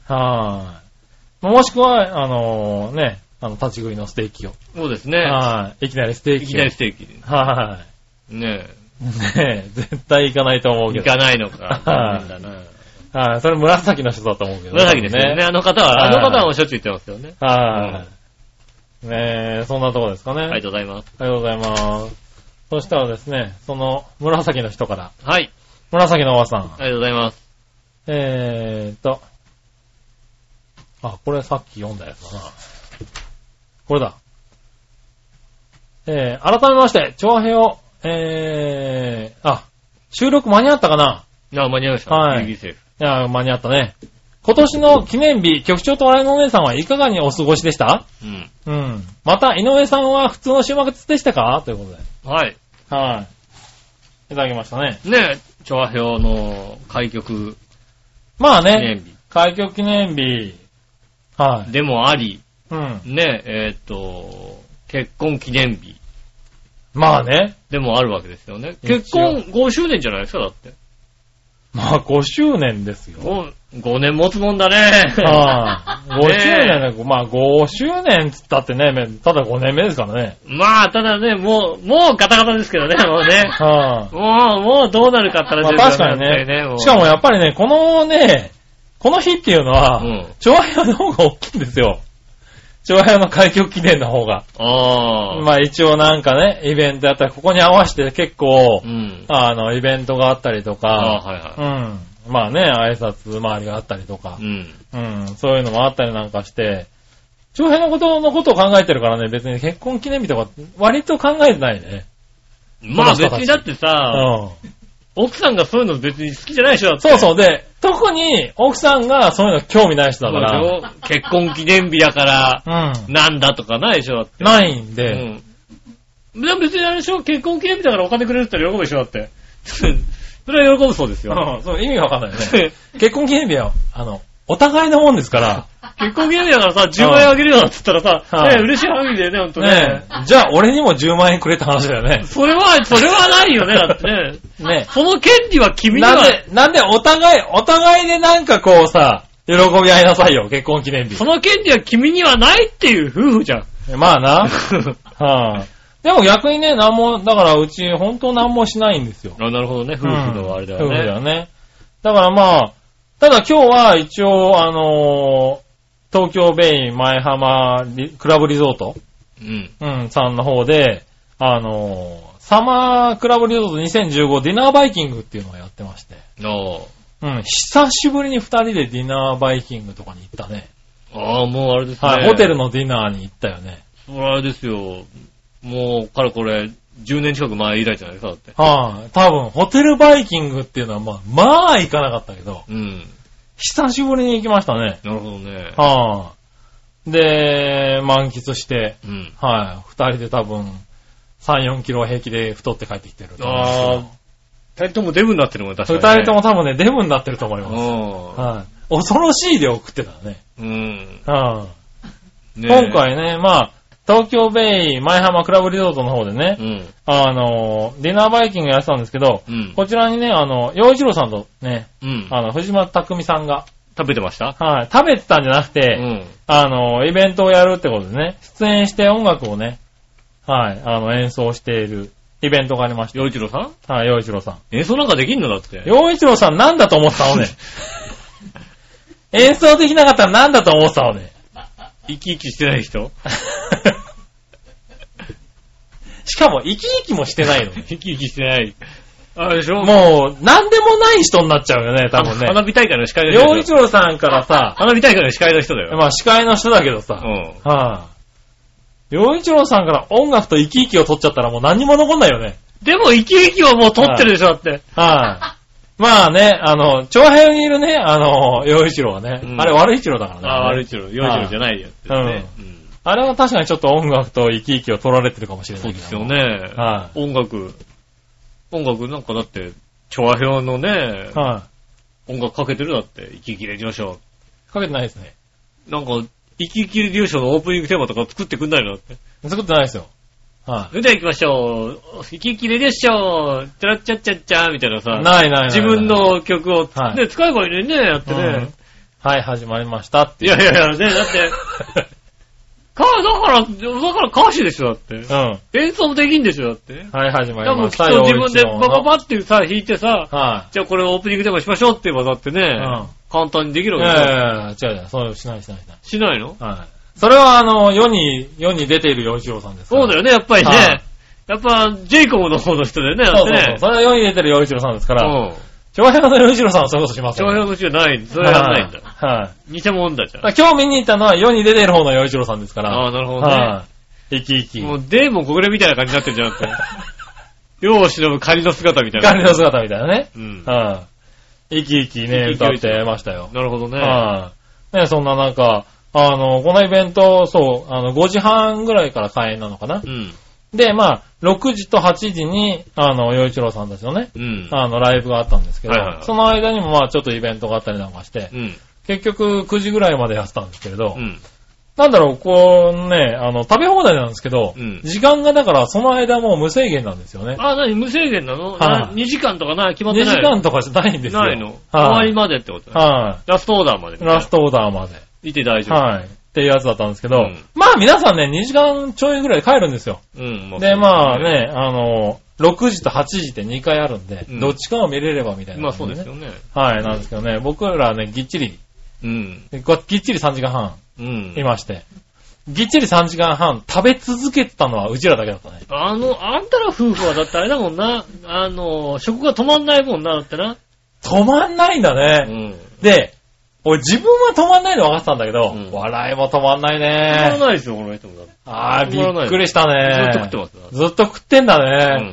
もしくは、立ち食いのステーキを。 そうですね。 いきなりステーキ。 いきなりステーキ。ねえ、絶対行かないと思うけど。 行かないのか。 それ紫の人だと思うけど。 紫ですね。あの方はもうしょっちゅう言ってますよね。 ねえ、そんなとこですかね。 ありがとうございます。 ありがとうございます。そしたらですね、その紫の人から。 はい。 紫のおばさん。ありがとうございます。 これさっき読んだやつだな。これだ。改めまして、長編を、収録間に合ったかな？ 間に合いました。 はい。間に合ったね。今年の記念日、局長と笑いのお姉さんはいかがにお過ごしでした？また、井上さんは普通の週末でしたか？ということで。 はい。 いただきましたね。 ねえ、長編の開局。 まあね。記念日。開局記念日。 でもあり。ねえ、結婚記念日。 まあね。 でもあるわけですよね。結婚5周年じゃないですか、だって。 まあ5周年ですよ。 5年持つもんだね。 5周年で、まあ5周年つったってね、ただ5年目ですからね。 まあ、ただね、もうガタガタですけどね、もうね。もうどうなるかったらね。確かにね。しかもやっぱりね、この日っていうのは、長編の方が大きいんですよ。長編の開局記念の方が。まあ一応なんかね、イベントやったら、ここに合わせて結構、イベントがあったりとか、まあね、挨拶回りがあったりとか、そういうのもあったりなんかして、長編のことを考えてるからね、別に結婚記念日とか割と考えてないね。 まあ別にだってさ、奥さんがそういうの別に好きじゃない人だって。 そう。で、特に奥さんがそういうの興味ない人だから。 結婚記念日だから、なんだとかないでしょだって。 ないんで。 でも別にあれでしょ結婚記念日だからお金くれるって言ったら喜ぶでしょだって。それは喜ぶそうですよ。 そう、意味がわかんないよね。結婚記念日は、お互いのもんですから。 結婚記念日だからさ、10万円あげるよって言ったらさ、嬉しい範囲でね、ほんとね。 じゃあ、俺にも10万円くれって話だよね。 それはないよね、だってね。ね。その権利は君には。 なんでお互いでなんかこうさ、喜び合いなさいよ、結婚記念日。 その権利は君にはないっていう夫婦じゃん。 まあな。でも逆にね、だからうち、本当なんもしないんですよ。 なるほどね、夫婦のあれだよね。 夫婦だよね。だからまあ、ただ今日は一応、東京ベイ前浜クラブリゾート、さんの方で、サマークラブリゾート2015ディナーバイキングっていうのをやってまして。久しぶりに2人でディナーバイキングとかに行ったね。 もうあれですね。 ホテルのディナーに行ったよね。 あれですよ。もう、かれこれ、10年近く前以来じゃないですか、だって。 多分、ホテルバイキングっていうのは、まあ行かなかったけど、久しぶりに行きましたね。 なるほどね。 で、満喫して、2人で多分、3、4キロ平気で太って帰ってきてると思うんですけど。 2人ともデブになってるもんね、確かに、 ね。2人とも多分ね、デブになってると思います。恐ろしい量食ってたね。今回ね、 東京ベイ前浜クラブリゾートの方でね、ディナーバイキングやってたんですけど、こちらにね、洋一郎さんとね、藤間匠さんが、 食べてました？ はい。食べてたんじゃなくて、イベントをやるってことでね、出演して音楽をね、はい、演奏しているイベントがありました。 洋一郎さん？ はい、洋一郎さん。 演奏なんかできんのだって。 洋一郎さんなんだと思ってたのね。演奏できなかったらなんだと思ってたのね。 生き生きしてない人しかも生き生きもしてないの。 生き生きしてない。あれでしょ？ もう、なんでもない人になっちゃうよね、多分ね。 花火大会の司会の人。 洋一郎さんからさ、 花火大会の司会の人だよ。 まあ司会の人だけどさ、洋一郎さんから音楽と生き生きを取っちゃったらもう何も残んないよね。 でも生き生きはもう取ってるでしょ、だって。 まあね、長平にいるね、洋一郎はね、あれ悪い一郎だからね。 悪い一郎、洋一郎じゃないやつですね。 あれは確かにちょっと音楽と生き生きを取られてるかもしれないけど。 そうですよね。音楽なんかだって、調和表のね、音楽かけてるだって、生き生きレディオショー。 かけてないですね。 なんか、生き生きレディオショーのオープニングテーマとか作ってくんないのだって。 作ってないですよ。 それでは行きましょう。生き生きレディオショー、チャラッチャッチャッチャーみたいなさ。 ない。 自分の曲を、ね、使えばいいのにね、やってね。 はい、始まりましたって。 いや、ね、だって、だから歌手でしょ、だって。演奏もできんでしょ、だって。 はい、始まりました。 多分きっと自分でババってさ、弾いてさ、じゃあこれオープニングテーマしましょうって言えばだってね、簡単にできるわけだ。違う、そうしない。 しないの？ はい。それは世に出ている洋一郎さんですから。 そうだよね、やっぱりね。やっぱ、ジェイコブの方の人だよね、だってね。 それは世に出てる洋一郎さんですから。長平の洋一郎さんはそういうことしますよ。 長平の人じゃない、それはやらないんだ。はい。偽物だじゃん。 今日見に行ったのは世に出ている方の洋一郎さんですから。 なるほどね。 生き生き。 もう、デーモン小暮みたいな感じになってるじゃんって。世を忍ぶ仮の姿みたいな。 仮の姿みたいなね。生き生きね、歌ってましたよ。 なるほどね。 ね、そんななんか、このイベント、そう、5時半ぐらいから開演なのかな。で、まあ、6時と8時に、洋一郎さんたちのね、ライブがあったんですけど、その間にもまあ、ちょっとイベントがあったりなんかして、結局9時ぐらいまでやってたんですけれど、なんだろう、こうね、食べ放題なんですけど、時間がだからその間もう無制限なんですよね。 何無制限なの？ 2 時間とか決まってない？ 2時間とかじゃないんですよ。 ないの？終わりまでってこと？ラストオーダーまで。 ラストオーダーまで。 いて大丈夫。 っていうやつだったんですけど、まあ皆さんね、2時間ちょいぐらい帰るんですよ。で、まあね、6時と8時って2回あるんで、どっちかを見れればみたいな、 まあそうですよね。 なんですけどね、僕らね、ぎっちり3時間半、いまして、ぎっちり3時間半食べ続けてたのはうちらだけだったね。 あんたら夫婦はだってあれだもんな、食が止まんないもんな、だってな。 止まんないんだね。で、俺自分は止まんないの分かってたんだけど、笑いも止まんないね。 止まらないですよ、この人も。 びっくりしたね。 ずっと食ってます。 ずっと食ってんだね。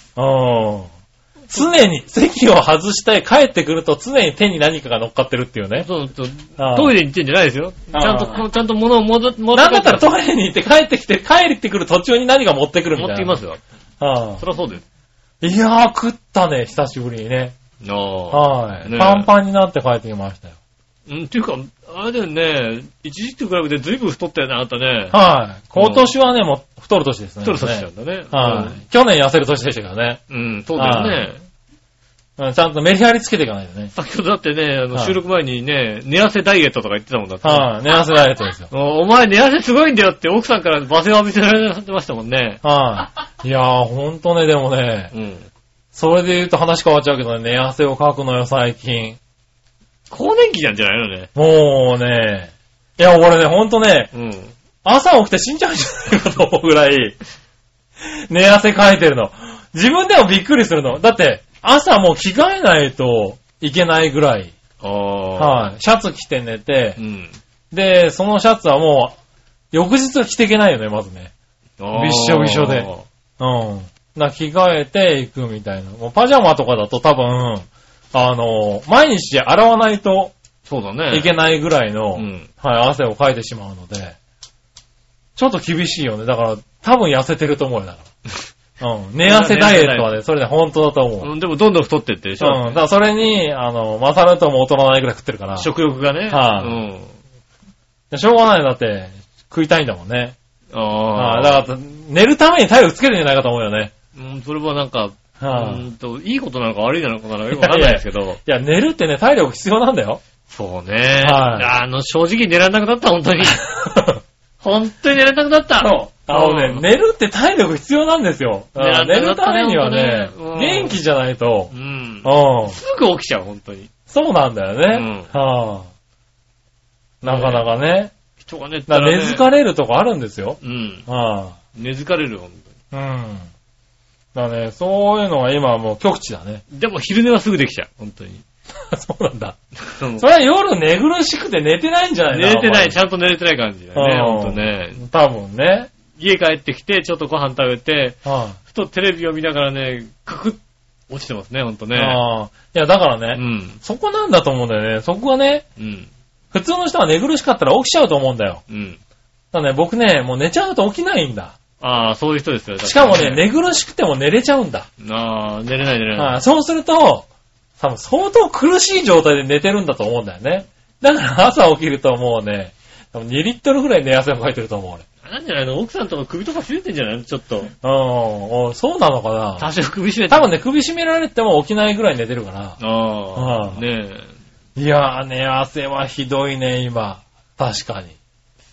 常に席を外して帰ってくると常に手に何かが乗っかってるっていうね。 トイレに行ってんじゃないですよ。ちゃんと物を持ってなんだったらトイレに行って帰ってくる途中に何か持ってくるみたいな。 持ってきますよ。そりゃそうです。 いやー食ったね、久しぶりにね。パンパンになって帰ってきましたよ。 っていうか、あれだよね、一時期と比べて随分太ったよね、あんたね。 今年はね、もう太る年ですね。 太る年なんだね。 去年痩せる年でしたからね。 そうだよね。 ちゃんとメリハリつけていかないとね。 先ほどだってね、収録前にね、寝汗ダイエットとか言ってたもんだって。 寝汗ダイエットですよ。 お前寝汗すごいんだよって奥さんから罵声を浴びせられてましたもんね。 いやー、ほんとね、でもね、それで言うと話変わっちゃうけどね、寝汗をかくのよ、最近。 更年期なんじゃないのね。 もうね、いや、俺ね、ほんとね、朝起きて死んじゃうんじゃないかと思うぐらい、寝汗かいてるの。自分でもびっくりするの。だって、朝もう着替えないといけないぐらい。シャツ着て寝て、で、そのシャツはもう、翌日は着ていけないよね、まずね。びっしょびしょで。着替えていくみたいな。もうパジャマとかだと多分、毎日洗わないと、 そうだね。 いけないぐらいの、汗をかいてしまうので、ちょっと厳しいよね。だから、多分痩せてると思うよ、だから。寝汗ダイエットはね、それで本当だと思う。 でもどんどん太ってってでしょ。 だからそれに、勝るとも劣らないぐらい食ってるから。 食欲がね。 しょうがないだって、食いたいんだもんね。 だから、寝るために体力つけるんじゃないかと思うよね。 それはなんか、いいことなのか悪いのかなのかよくわかんないですけど。 いや、寝るってね、体力必要なんだよ。 そうね。正直寝られなくなった、本当に。本当に寝られなくなった。 そう。寝るって体力必要なんですよ。寝るためにはね、元気じゃないと。 すぐ起きちゃう、本当に。 そうなんだよね。なかなかね。 人が寝たらね。 寝疲れるとこあるんですよ。 寝疲れる、本当に。 だね、そういうのが今はもう極致だね。 でも昼寝はすぐできちゃう、本当に。 そうなんだ。それは夜寝苦しくて寝てないんじゃないの？ 寝てない、ちゃんと寝れてない感じだよね、ほんとね。 多分ね。 家帰ってきて、ちょっとご飯食べて、ふとテレビを見ながらね、カクッ落ちてますね、ほんとね。 いや、だからね、そこなんだと思うんだよね。そこがね、普通の人は寝苦しかったら起きちゃうと思うんだよ。だからね、僕ね、もう寝ちゃうと起きないんだ。 そういう人ですよ。 しかもね、寝苦しくても寝れちゃうんだ。 寝れない。 そうすると、多分相当苦しい状態で寝てるんだと思うんだよね。だから朝起きるともうね、2リットルぐらい寝汗をかいてると思う俺。 なんじゃないの？奥さんとか首とか絞めてんじゃないの？ちょっと。 そうなのかな？ 多少首絞めて。 多分ね、首絞められても起きないぐらい寝てるから。 ねえ。いやーね、汗はひどいね、今。確かに。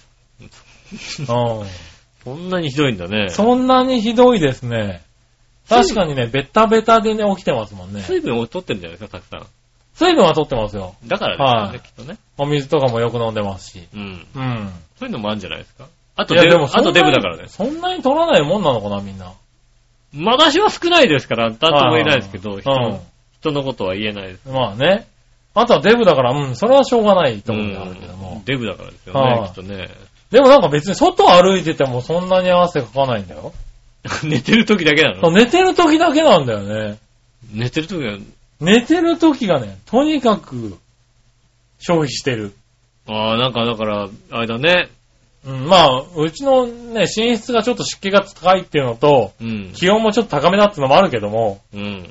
そんなにひどいんだね。 そんなにひどいですね。確かにね、ベタベタでね、起きてますもんね。 水分を取ってるんじゃないですか、たくさん。 水分は取ってますよ。 だからですね、きっとね。 お水とかもよく飲んでますし。 そういうのもあるんじゃないですか。あとデブだからね。 そんなに取らないもんなのかな、みんな。 私は少ないですから、なんとも言えないですけど、人のことは言えないです。 まあね。あとはデブだから、それはしょうがないと思うんだけども。 デブだからですよね、きっとね。 でもなんか別に外歩いててもそんなに汗かかないんだよ。 寝てる時だけなの？ 寝てる時だけなんだよね。 寝てる時がね、とにかく消費してる。 なんかだから、あれだね。 うちのね、寝室がちょっと湿気が高いっていうのと、気温もちょっと高めだっていうのもあるけども、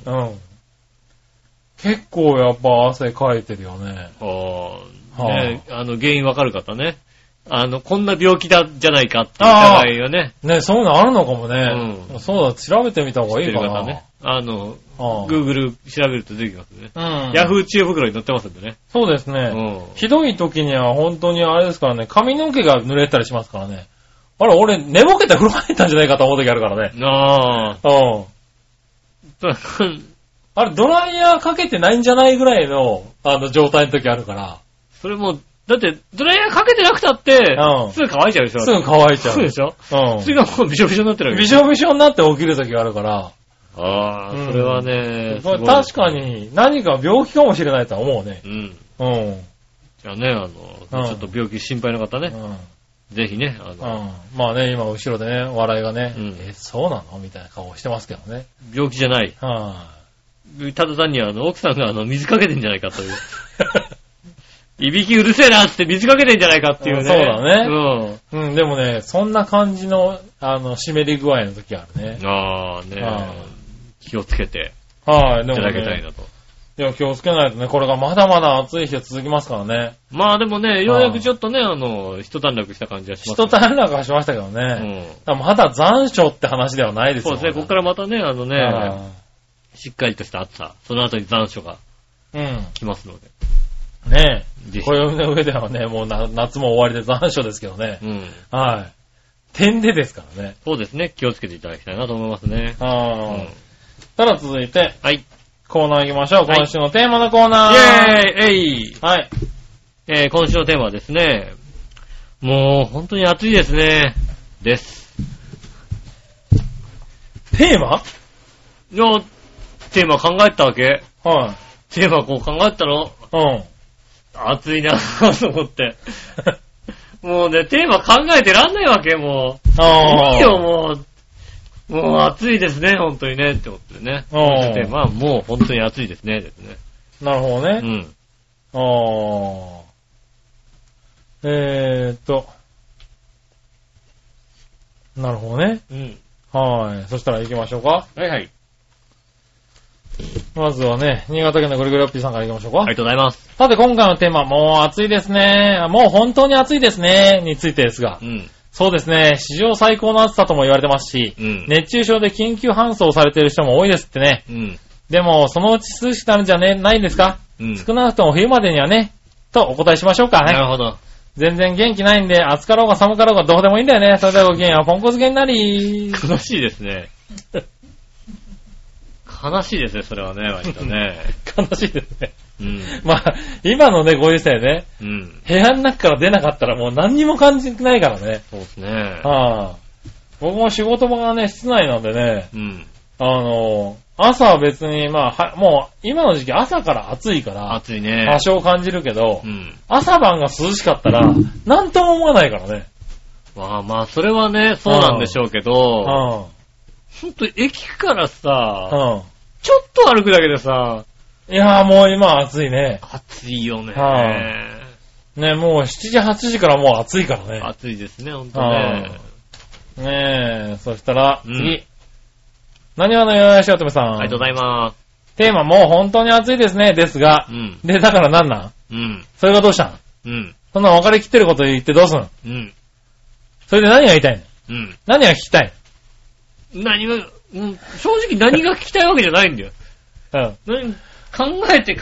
結構やっぱ汗かいてるよね。 原因わかる方ね。こんな病気じゃないかっていう疑いがね。 そういうのあるのかもね。そうだ、調べてみた方がいいかな。 ね。Google 調べると出てきますね。ヤフー知恵袋に載ってますんでね。 そうですね。ひどい時には本当にあれですからね、髪の毛が濡れたりしますからね。俺寝ぼけて風呂入ったんじゃないかと思う時あるからね。あれ、ドライヤーかけてないんじゃないぐらいの、状態の時あるから。 それも、だって、ドライヤーかけてなくたって、すぐ乾いちゃうでしょ。 すぐ乾いちゃう。 そうでしょ。それがもうびしょびしょになってるわけ。 びしょびしょになって起きる時があるから。 それはね、 確かに何か病気かもしれないとは思うね。 じゃあね、ちょっと病気心配な方ね。ぜひね、 まあね、今後ろでね、笑いがね、そうなのみたいな顔をしてますけどね。 病気じゃない。ただ単に奥さんが水かけてんじゃないかという。いびきうるせえなって水かけてんじゃないかっていうね。 そうだね。でもね、そんな感じの、湿り具合の時あるね。 気をつけて。 でもいただきたいなと。 いや、気をつけないとね、これがまだまだ暑い日が続きますからね。 でもね、ようやくちょっとね、一段落した感じはします。 一段落はしましたけどね。まだ残暑って話ではないですよね。 そうですね、ここからまたね、しっかりとした暑さ、その後に残暑が、来ますので。 ねえ。暦の上ではね、もう夏も終わりで残暑ですけどね。点でですからね。 そうですね。気をつけていただきたいなと思いますね。 ただ続いて、コーナー行きましょう。今週のテーマのコーナー。 イェーイ今週のテーマはですね、もう本当に暑いですね。です。 テーマ？ いや、テーマ考えたわけ。テーマこう考えたの？暑いなぁと思って。もうね、テーマ考えてらんないわけ、もう。いいよ、もう暑いですね、本当にね、って思ってね。テーマはもう本当に暑いですね、ですね。 なるほどね。なるほどね。そしたら行きましょうか。まずはね、新潟県のぐるぐるおっぴーさんから行きましょうか。 ありがとうございます。 さて今回のテーマ、もう暑いですね。もう本当に暑いですね。についてですが。 そうですね。史上最高の暑さとも言われてますし、熱中症で緊急搬送されている人も多いですってね。でも、そのうち涼しくなるんじゃないんですか？少なくとも冬までにはね、とお答えしましょうかね。 なるほど。 全然元気ないんで、暑かろうが寒かろうがどうでもいいんだよね。それではごきげんよう、ポンコツゲになり。 悲しいですね。悲しいですね、それはね、割とね。 悲しいですね。まあ、今のね、ご時世ね、部屋の中から出なかったらもう何にも感じないからね。 そうですね。 僕も仕事場がね、室内なんでね、朝は別に、まあ、もう、今の時期朝から暑いから、 暑いね。 多少感じるけど、朝晩が涼しかったら、なんとも思わないからね。 まあ、それはね、そうなんでしょうけど、ほんと、駅からさ、ちょっと歩くだけでさ、 いやーもう今暑いね。 暑いよね。 ね、もう7時、8時からもう暑いからね。 暑いですね、ほんとね。 ねえ、そしたら、次。何話のよやしおとめさん。 ありがとうございます。 テーマもう本当に暑いですね、ですが。で、だからなんなん？それがどうしたん？そんな分かりきってること言ってどうすん？それで何が言いたいの？何が聞きたい？ 何が、正直何が聞きたいわけじゃないんだよ。考えて、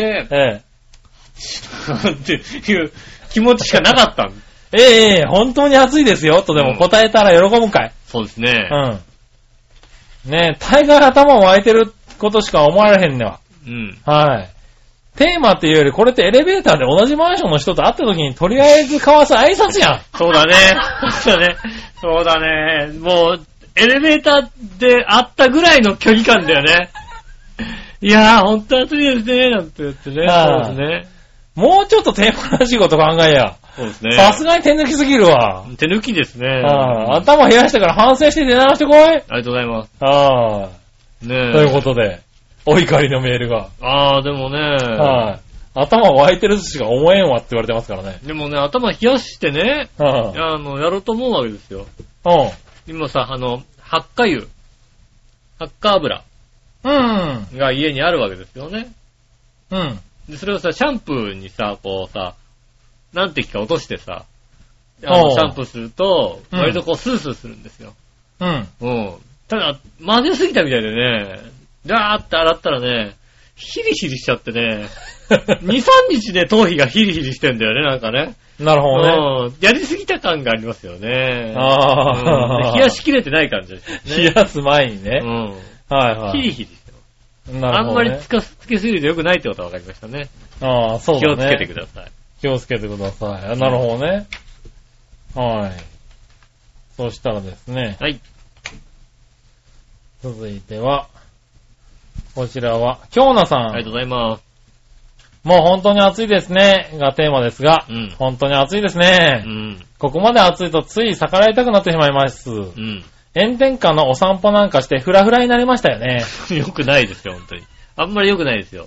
っていう気持ちしかなかったん本当に暑いですよ、とでも答えたら喜ぶかい？ そうですね。 ねえ、大概頭を湧いてることしか思われへんねわ。はい。テーマっていうより、これってエレベーターで同じマンションの人と会った時にとりあえず交わす挨拶やん。 そうだね。そうだね。もう、エレベーターで会ったぐらいの距離感だよね。いやー、ほんと暑いですね、なんて言ってね。そうですね。 もうちょっとテーマらしいこと考えや。 そうですね。 さすがに手抜きすぎるわ。 手抜きですね。 頭冷やしてから反省して出直してこい。ありがとうございます。 ねえ。ということで、お怒りのメールが。 でもね。 頭湧いてるしか思えんわって言われてますからね。 でもね、頭冷やしてね、やろうと思うわけですよ。今さ、発火油、発火油。が家にあるわけですよね。で、それをさ、シャンプーにさ、こうさ、何滴か落としてさ、シャンプーすると、割とこうスースーするんですよ。ただ、混ぜすぎたみたいでね、ガーって洗ったらね、ヒリヒリしちゃってね、2、3日で頭皮がヒリヒリしてんだよね、なんかね。 なるほどね。やりすぎた感がありますよね。冷やしきれてない感じですね。 冷やす前にね。 ヒリヒリしてます。なるほどね。あんまりつけすぎると良くないってことは分かりましたね。 そうだね。 気をつけてください。 気をつけてください。なるほどね。そしたらですね。続いては、こちらは、京奈さん。 ありがとうございます。 もう本当に暑いですね、がテーマですが、本当に暑いですね。ここまで暑いとつい逆らいたくなってしまいます。炎天下のお散歩なんかしてフラフラになりましたよね。 よくないですよ、本当に。あんまりよくないですよ。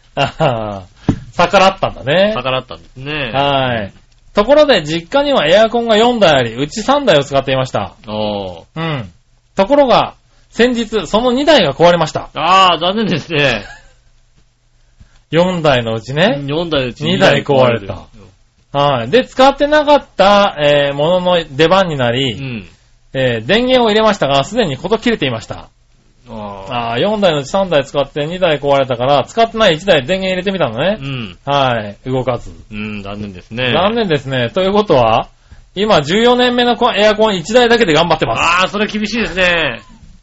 逆らったんだね。 逆らったんですね。 ところで実家にはエアコンが4台あり、うち3台を使っていました。ところが、先日その2台が壊れました。 残念ですね。 4台のうちね。 4台のうち 2台壊れた。で、使ってなかった、ものの出番になり、電源を入れましたが、すでにこと切れていました。4台のうち3台使って2台壊れたから、使ってない1台電源入れてみたのね。動かず。 残念ですね。 残念ですね。ということは、今14年目のエアコン1台だけで頑張ってます。 それ厳しいですね。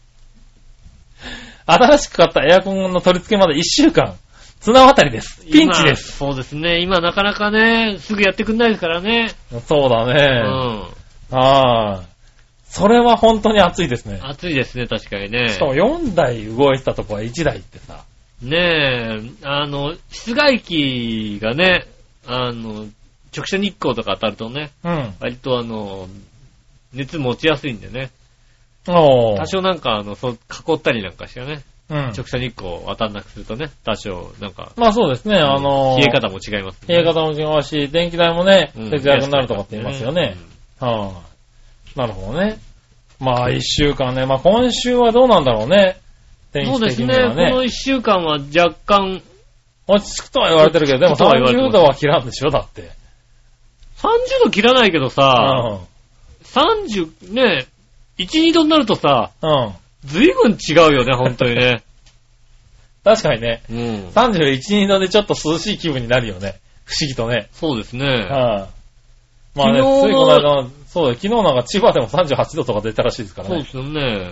新しく買ったエアコンの取り付けまで1週間。綱渡りです。ピンチです。 そうですね。今なかなかね、すぐやってくんないですからね。 そうだね。それは本当に暑いですね。 暑いですね、確かにね。 しかも4台動いてたとこは1台ってさ。 ねえ、室外機がね、直射日光とか当たるとね、割と熱持ちやすいんでね。多少なんか囲ったりなんかしてね。直射日光当たんなくするとね、多少なんか。 そうですね、 冷え方も違いますね。 冷え方も違うし、電気代もね、節約になるとかって言いますよね。なるほどね。1週間ね。今週はどうなんだろうね。天気的にはね。 そうですね。この1週間は若干。 落ち着くとは言われてるけど、でも30度は切らんでしょ、だって。 30度切らないけどさ、 30、ね、1、2度になるとさ、ずいぶん違うよね、本当にね。 確かにね。31、2度でちょっと涼しい気分になるよね。不思議とね。 そうですね。 まあね、ついこの間、そうだ、昨日なんか千葉でも38度とか出たらしいですからね。 そうですよね。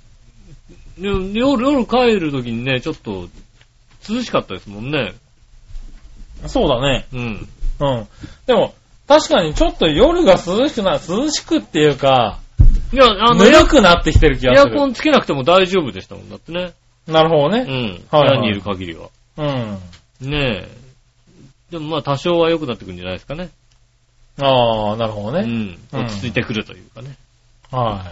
夜帰るときにね、ちょっと涼しかったですもんね。 そうだね。でも、確かにちょっと夜が涼しくっていうか、いや、ぬるくなってきてる気がする。 エアコンつけなくても大丈夫でしたもんだってね。 なるほどね。 部屋にいる限りは。ねえ。でもまあ多少は良くなってくるんじゃないですかね。 ああ、なるほどね。 落ち着いてくるというかね。 はい。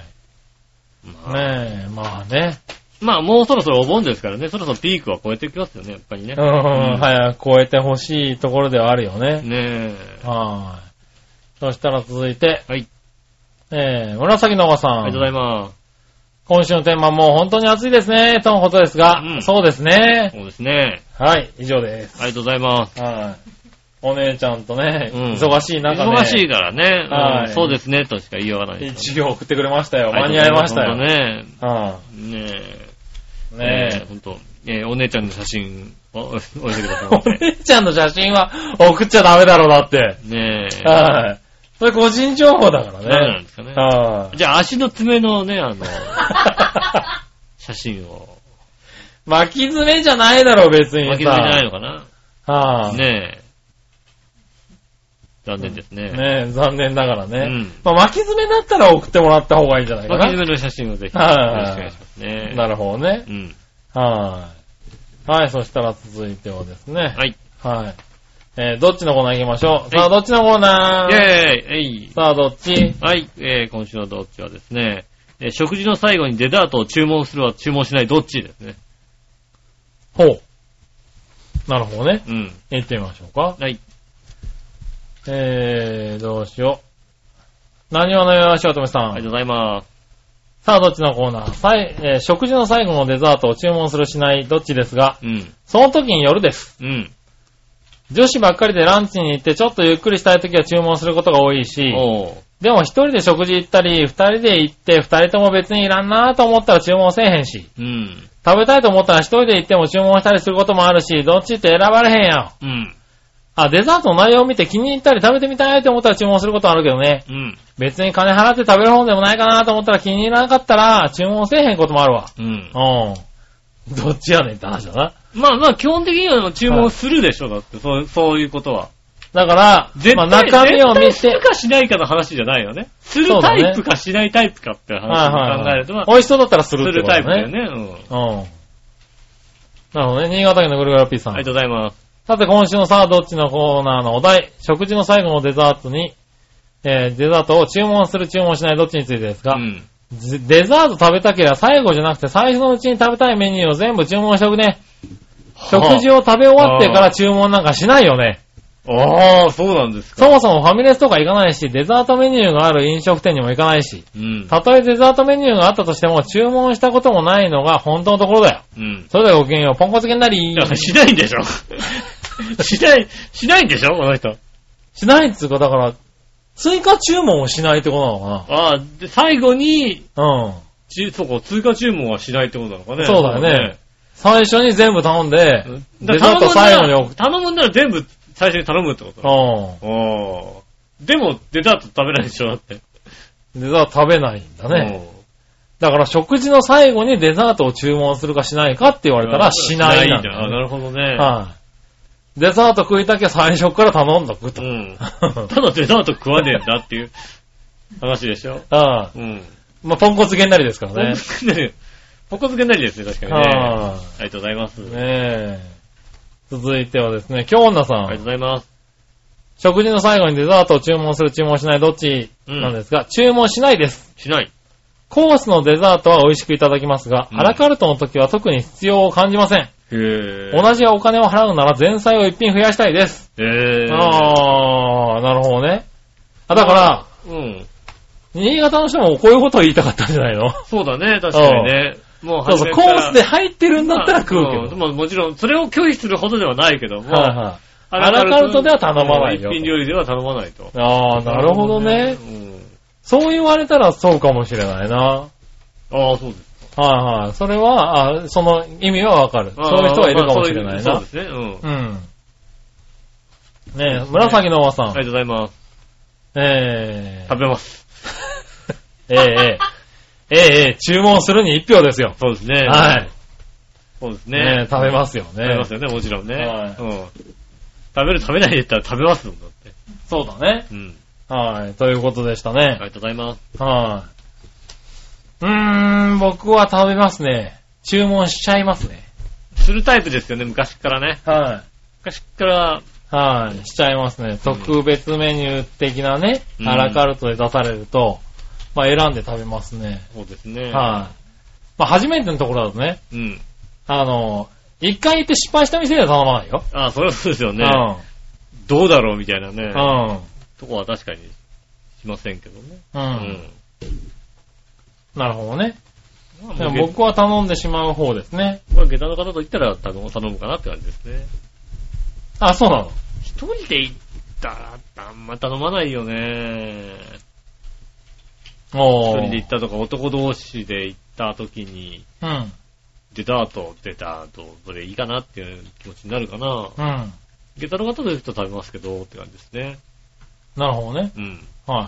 ねえ、まあね。 まあもうそろそろお盆ですからね、そろそろピークは超えてきますよね、やっぱりね。 早く超えてほしいところではあるよね。 ねえ。はい。そしたら続いて。 はい。 紫のおばさん。 ありがとうございます。 今週のテーマもう本当に暑いですね、とのことですが、そうですね。 そうですね。 はい、以上です。 ありがとうございます。 はい。お姉ちゃんとね、忙しい中ね。 忙しいからね。はい。そうですね、としか言いようがない。 一行送ってくれましたよ。間に合いましたよ。 ねえ。ねえ。ほんと。お姉ちゃんの写真を置いてください。 お姉ちゃんの写真は送っちゃダメだろう、だって。 ねえ。 はい。それ個人情報だからね。 なんですかね。じゃあ足の爪のね、写真を。 巻き爪じゃないだろう、別に。 巻き爪じゃないのかな。ねえ。残念ですね。 ねえ、残念ながらね。まあ、巻き爪だったら送ってもらった方がいいんじゃないかな。 巻き爪の写真をぜひ。よろしくお願いしますね。 なるほどね。はい、そしたら続いてはですね。はい。どっちのコーナー行きましょう。さあ、どっちのコーナー？ イェーイ！ さあ、どっち？ はい、今週のどっちはですね、食事の最後にデザートを注文するは注文しないどっちですね。 ほう。なるほどね。行ってみましょうか。 はい。 どうしよう。何をのよしおとめさん。 ありがとうございます。 さあ、どっちのコーナー？食事の最後のデザートを注文するしないどっちですが、その時によるです。女子ばっかりでランチに行ってちょっとゆっくりしたい時は注文することが多いし、でも一人で食事行ったり、二人で行って二人とも別にいらんなと思ったら注文せえへんし、食べたいと思ったら一人で行っても注文したりすることもあるし、どっちって選ばれへんよ。デザートの内容を見て気に入ったり食べてみたいと思ったら注文することあるけどね。別に金払って食べる方でもないかなと思ったら気に入らなかったら注文せえへんこともあるわ。どっちやねんって話だな。 まあ、基本的には注文するでしょ、だって、そういうことは。 だから、中身を見て。 するかしないかの話じゃないよね。するタイプかしないタイプかって話を考えると、 美味しそうだったらするってことだね。 するタイプだよね。 なるほどね。新潟県のぐるぐるピーさん。 ありがとうございます。 さて、今週のさあどっちのコーナーのお題、食事の最後のデザートに、デザートを注文する注文しないどっちについてですが、デザート食べたければ最後じゃなくて最初のうちに食べたいメニューを全部注文しておくね。食事を食べ終わってから注文なんかしないよね。 そうなんですか。 そもそもファミレスとか行かないし、デザートメニューがある飲食店にも行かないし、たとえデザートメニューがあったとしても注文したこともないのが本当のところだよ。それではごきげんよう、ポンコツげんなり。 しないんでしょしないんでしょこの人。 しないっつうか、だから、追加注文をしないってことなのかな。 で、最後に、追加注文はしないってことなのかね。 そうだよね。最初に全部頼んで、デザート最後に送って。 頼むんなら全部最初に頼むってことでも、デザート食べないでしょだって。 デザート食べないんだね。だから食事の最後にデザートを注文するかしないかって言われたらしないんだ。 なるほどね。 デザート食いたきゃ最初から頼んどくと。 ただデザート食わねえんだっていう話でしょ。 まあ、ポンコツげんなりですからね。 ポンコツげんなりですね、確かにね。ありがとうございます。 続いてはですね、京女さん。 ありがとうございます。 食事の最後にデザートを注文する、注文しない、どっちなんですが、注文しないです。 しない。 コースのデザートは美味しくいただきますが、アラカルトの時は特に必要を感じません。同じお金を払うなら前菜を一品増やしたいです。なるほどね。だから、新潟の人もこういうことを言いたかったんじゃないの？そうだね、確かにね。もうコースで入ってるんだったら食うけど。 もちろん、それを拒否するほどではないけども、 アラカルトでは頼まないよ。 一品料理では頼まないと。 なるほどね。 そう言われたらそうかもしれないな。 ああ、そうです。 はいはい。それは、その意味はわかる。そういう人がいるかもしれないな。 そうですね。うん。 ねえ、紫のおばさん。 ありがとうございます。食べます。 注文するに1票ですよ。 そうですね。 はい。 そうですね。 食べますよね。 食べますよね、もちろんね。はい。うん。食べる食べないで言ったら食べますもんだって。 そうだね。うん。はい。ということでしたね。ありがとうございます。 はい。僕は食べますね。注文しちゃいますね。 するタイプですよね、昔からね。 はい。 昔から。 はい。しちゃいますね。特別メニュー的なね、アラカルトで出されると、まあ選んで食べますね。 そうですね。 はい。まあ初めてのところだとね。 うん。 一回行って失敗した店では頼まないよ。 ああ、それはそうですよね。うん。どうだろうみたいなね。うん。とこは確かにしませんけどね。 うん。なるほどね。でも僕は頼んでしまう方ですね。 まあ、下駄の方と言ったら頼むかなって感じですね。 あ、そうなの？ 一人で行ったらあんま頼まないよね。一人で行ったとか男同士で行った時に、 うん。 出た後、それいいかなっていう気持ちになるかな。 うん。 下駄の方と行くと食べますけどって感じですね。 なるほどね。 うん。 はいはい。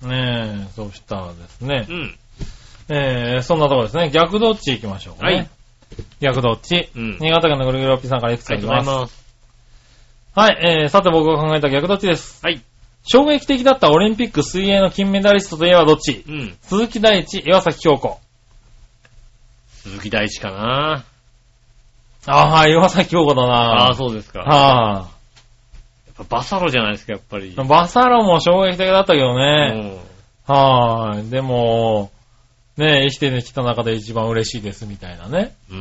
ねえ、そうしたらですね。 うん。 そんなところですね。逆どっち行きましょうかね。はい。逆どっち。 うん。 新潟県のぐるぐるおっぴさんからいくつかいきます。 ありがとうございます。 はい、さて僕が考えた逆どっちです。 はい。 衝撃的だったオリンピック水泳の金メダリストといえばどっち？ うん。 鈴木大地、岩崎京子。 鈴木大地かな。 はい、岩崎京子だな。 そうですか。 やっぱバサロじゃないですか、やっぱり。 バサロも衝撃的だったけどね。でも、ね、生きてきた中で一番嬉しいですみたいなね。 うん。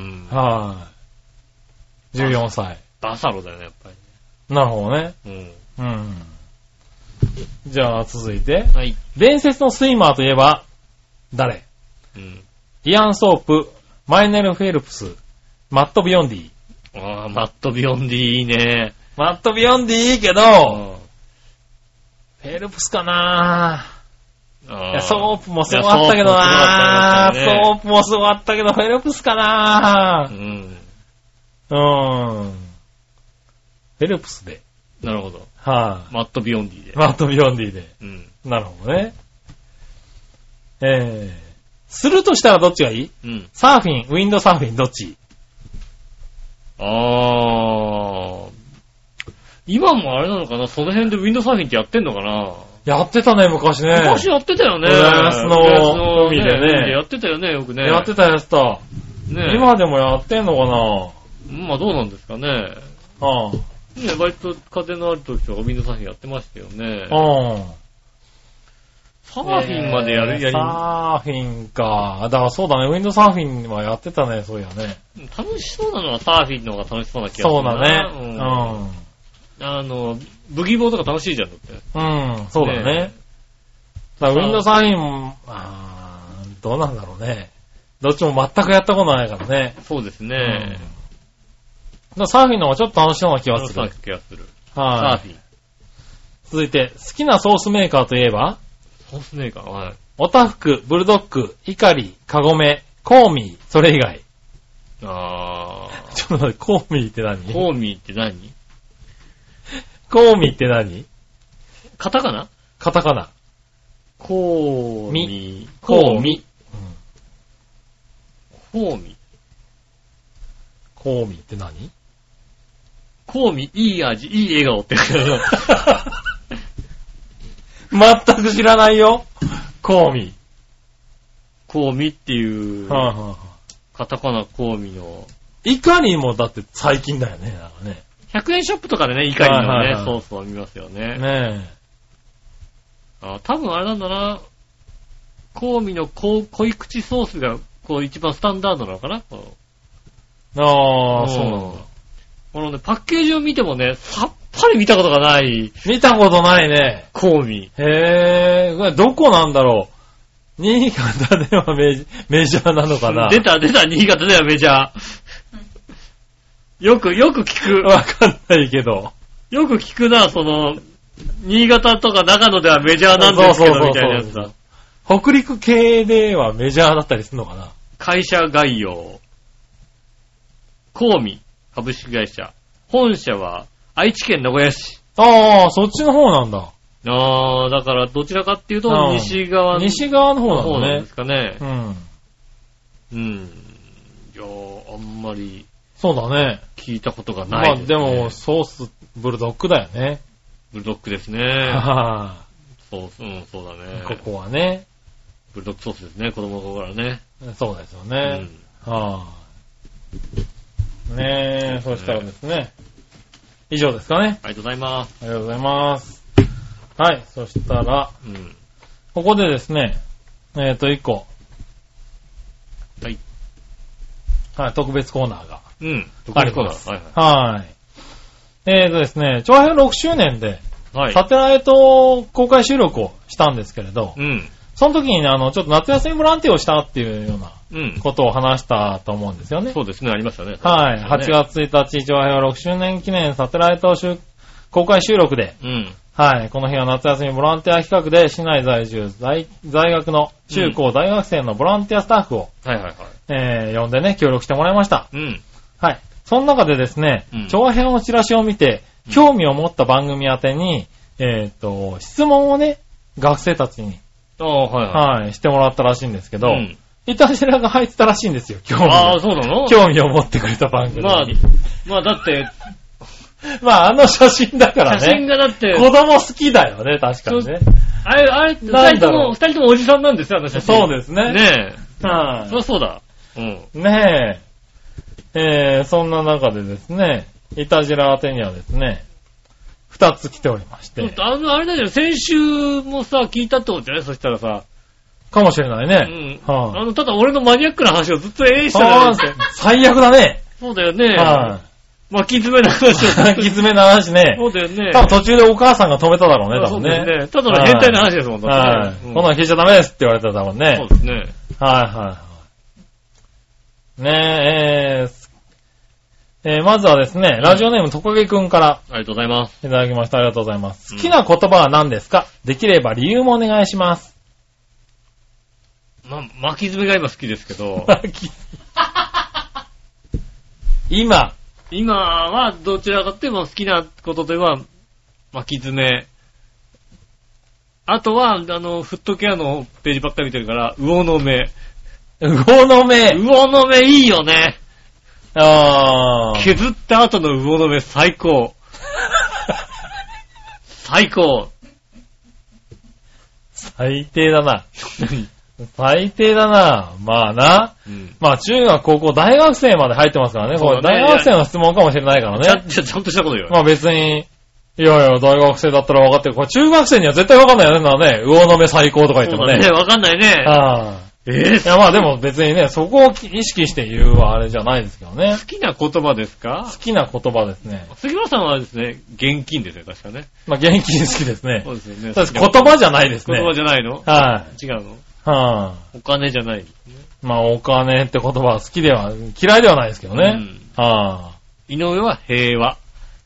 14歳。 バサロだよね、やっぱり。 なるほどね。 うん。 じゃあ続いて。 はい。 伝説のスイマーといえば、誰？ うん。 イアン・ソープ、マイネル・フェルプス、マット・ビヨンディ。 マット・ビヨンディいいね。 マット・ビヨンディいいけど、フェルプスかないや、ソープもすごかったけどなソープもすごかったけど、フェルプスかなフェルプスで。 なるほど。 マット・ビヨンディで。 マット・ビヨンディで。 うん。 なるほどね。するとしたらどっちがいい？ うん。 サーフィン、ウィンドサーフィン、どっち？ 今もあれなのかな？その辺でウィンドサーフィンってやってんのかな？ やってたね、昔ね。 昔やってたよね。 浦安の海でね。 やってたよね、よくね。 やってたやつだ。ね、今でもやってんのかな？ まあどうなんですかね。ね、割と風のある時とかウィンドサーフィンやってましたよね。サーフィンまでやるサーフィンか。だからそうだね、ウィンドサーフィンはやってたね、そういやね。 楽しそうなのはサーフィンの方が楽しそうな気がする。 そうだね。 ブギーボードが楽しいじゃん、だって。 そうだね。ウィンドサーフィンも、どうなんだろうね。どっちも全くやったことないからね。 そうですね。 サーフィンの方がちょっと楽しそうな気がする。 楽しそうな気がする。 サーフィン。続いて、好きなソースメーカーといえば？ ソースメーカーはオタフク、ブルドッグ、イカリ、カゴメ、コーミー、それ以外。ちょっと待って、コーミーって何？ コーミーって何？ コーミーって何？ カタカナ？ カタカナ。 コーミ。 コーミ。 コーミ。 コーミって何？ コーミ、いい味、いい笑顔って。 全く知らないよ。コーミ。 コーミっていう、カタカナコーミの。 イカリもだって最近だよね。なんかね。 100円ショップとかでね、イカリのね、ソースを見ますよね。 ねえ。多分あれなんだな。コーミの濃い口ソースが、一番スタンダードなのかな？ そうなんだ。 このね、パッケージを見てもね、さっぱり見たことがない。 見たことないね。 コーミ。 へぇー。どこなんだろう。新潟ではメジャーなのかな。 出た、新潟ではメジャー。よく聞く。 わかんないけど。 よく聞くな、その、 新潟とか長野ではメジャーなんですけど、みたいなやつだ。 北陸系ではメジャーだったりするのかな。 会社概要。コーミ株式会社。本社は愛知県名古屋市。 ああ、そっちの方なんだ。 ああ、だからどちらかっていうと、西側の方なんですかね。 うん。 うん。いやあんまり。 そうだね。 聞いたことがないですね。 まあでも、ソース、ブルドッグだよね。 ブルドッグですね。そう、そうだね。 ここはね。 ブルドッグソースですね、子供の頃からね。 そうですよね。ねえ、そしたらですね。以上ですかね。 ありがとうございます。 ありがとうございます。はい、そしたら、ここでですね、1個。 はい。 はい、特別コーナーが。 あります。 はい。ですね、長編6周年で、サテライト公開収録をしたんですけれど、その時にね、ちょっと夏休みボランティアをしたっていうようなことを話したと思うんですよね。 そうですね、ありましたね。 はい。8月1日、長編6周年記念サテライト公開収録で、はい。この日は夏休みボランティア企画で、市内在住、在学の中高大学生のボランティアスタッフを、呼んでね、協力してもらいました。はい。その中でですね、長編のチラシを見て、興味を持った番組宛てに、質問をね、学生たちに、してもらったらしいんですけど、イタジラが入ってたらしいんですよ、興味を。 ああ、そうなの？ 興味を持ってくれた番組に。 まあだって、 まあ写真だからね。 写真がだって。 子供好きだよね、確かにね。 あれ、二人ともおじさんなんですよ、私。 そうですね。 ねえ。はい。そりゃそうだ。 ねえ。そんな中でですね、イタジラ宛てにはですね、2つ来ておりまして。 あれだよ、先週もさ、聞いたってことじゃない？そしたらさ。 かもしれないね。 ただ俺のマニアックな話をずっとしてた。 最悪だね。 そうだよね。巻き爪の話を。 巻き爪の話ね。 そうだよね。 多分途中でお母さんが止めただろうね、多分ね。 そうですね。ただの変態の話ですもんね。 はい。こんなの聞いちゃダメですって言われたら多分ね。 そうですね。 ねえ、まずはですね、ラジオネームトカゲくんから。 ありがとうございます。 いただきました。ありがとうございます。好きな言葉は何ですか？できれば理由もお願いします。 巻き爪が今好きですけど。今はどちらかというと好きなことといえば巻き爪。あとは、フットケアのページばっかり見てるから、魚の目。 魚の目いいよね。削った後の魚の目最高。最高。 最低だな。最低だな。まあな。まあ中学、高校、大学生まで入ってますからね。これ大学生の質問かもしれないからね。 ちゃんとしたこと言う。 まあ別に、いやいや、大学生だったら分かってる。これ中学生には絶対分かんないよね。魚の目最高とか言ってもね。 分かんないね。 いやまあでも別にね、そこを意識して言うはあれじゃないですけどね。 好きな言葉ですか？ 好きな言葉ですね。 杉村さんはですね、現金ですよ、確かね。 まあ現金好きですね。 そうですよね。 言葉じゃないですね。 言葉じゃないの？違うの？お金じゃない。 まあお金って言葉は好きでは、嫌いではないですけどね。 井上は平和。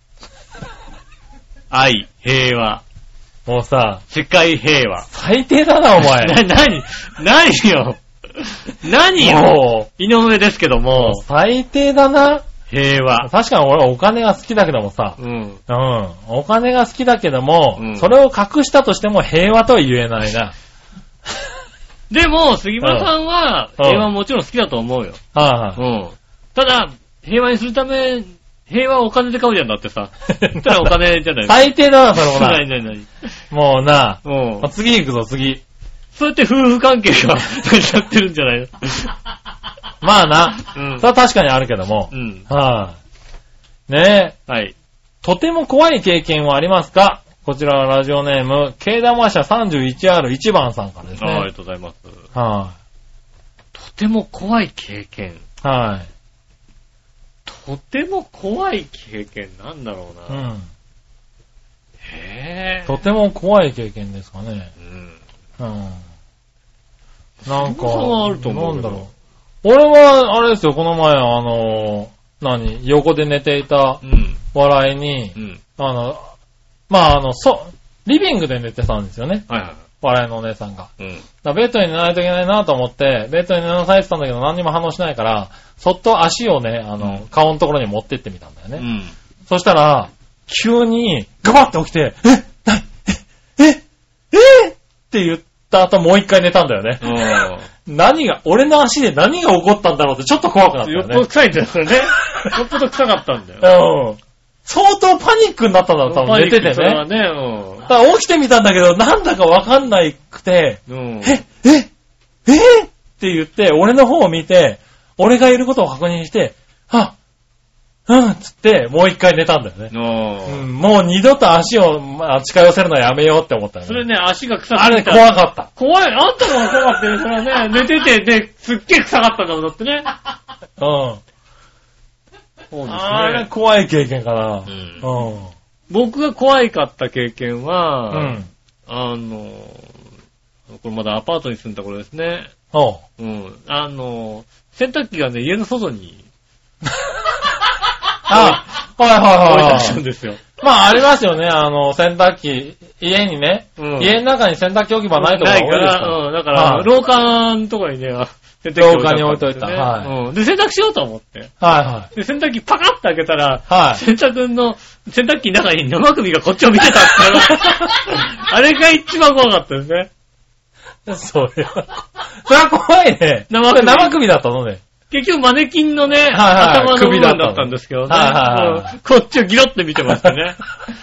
愛、平和。 もうさ、 世界平和。 最低だな、お前。 何よ。何よ。井上ですけども。 最低だな。 平和。 確かに俺はお金が好きだけどもさ。お金が好きだけども、それを隠したとしても平和とは言えないな。 でも、杉村さんは、平和もちろん好きだと思うよ。ただ、平和にするため、平和はお金で買うじゃんだってさ。たらお金じゃない。 最低だな、それもな。 何。 もうな。次行くぞ、次。 そうやって夫婦関係が成り立ってるんじゃないの？ まあな。それは確かにあるけども。ねえ。はい。とても怖い経験はありますか？こちらはラジオネーム、K玉社 31R1 番さんからですね。 ありがとうございます。とても怖い経験。とても怖い経験なんだろうな。 とても怖い経験ですかね。なんか、なんだろう。俺は、あれですよ、この前、横で寝ていた笑いに、 リビングで寝てたんですよね。 はいはい。 笑いのお姉さんが。 うん。 だベッドに寝ないといけないなと思って、ベッドに寝なさいって言ったんだけど何にも反応しないから、そっと足をね、顔のところに持ってってみたんだよね。うん。そしたら、急にガバッて起きて、えって言った後もう一回寝たんだよね。俺の足で何が起こったんだろうってちょっだったよね。 よっぽど臭いんだよね。よっぽど臭かったんだよ。 相当パニックになったんだろう、多分寝ててね。だから起きてみたんだけど、なんだかわかんなくて、って言って、俺の方を見て、俺がいることを確認して、つって、もう一回寝たんだよね。もう二度と足を近寄せるのはやめようって思ったよね。 それね、足が臭くて。 あれ怖かった。 怖い。あんたも怖かったよ。それはね、寝てて、ね、すっげえ臭かったんだもんだってね。そうですね。 あれ怖い経験かな。 僕が怖いかった経験は、これまだアパートに住んだ頃ですね。洗濯機がね、家の外に。置いてあるんですよ。 まあ、ありますよね。洗濯機、家にね、家の中に洗濯機置き場ないところが多いですから。 だから、廊下のところにね、 廊下に置いといた。はい。で、洗濯しようと思って。 はい。 で、洗濯機パカッと開けたら、洗濯機の中に生首がこっちを見てたって。あれが一番怖かったですね。 それは怖いね。生首だったのね。 結局マネキンのね、頭の部分だったんですけどね。こっちをギロって見てましたね。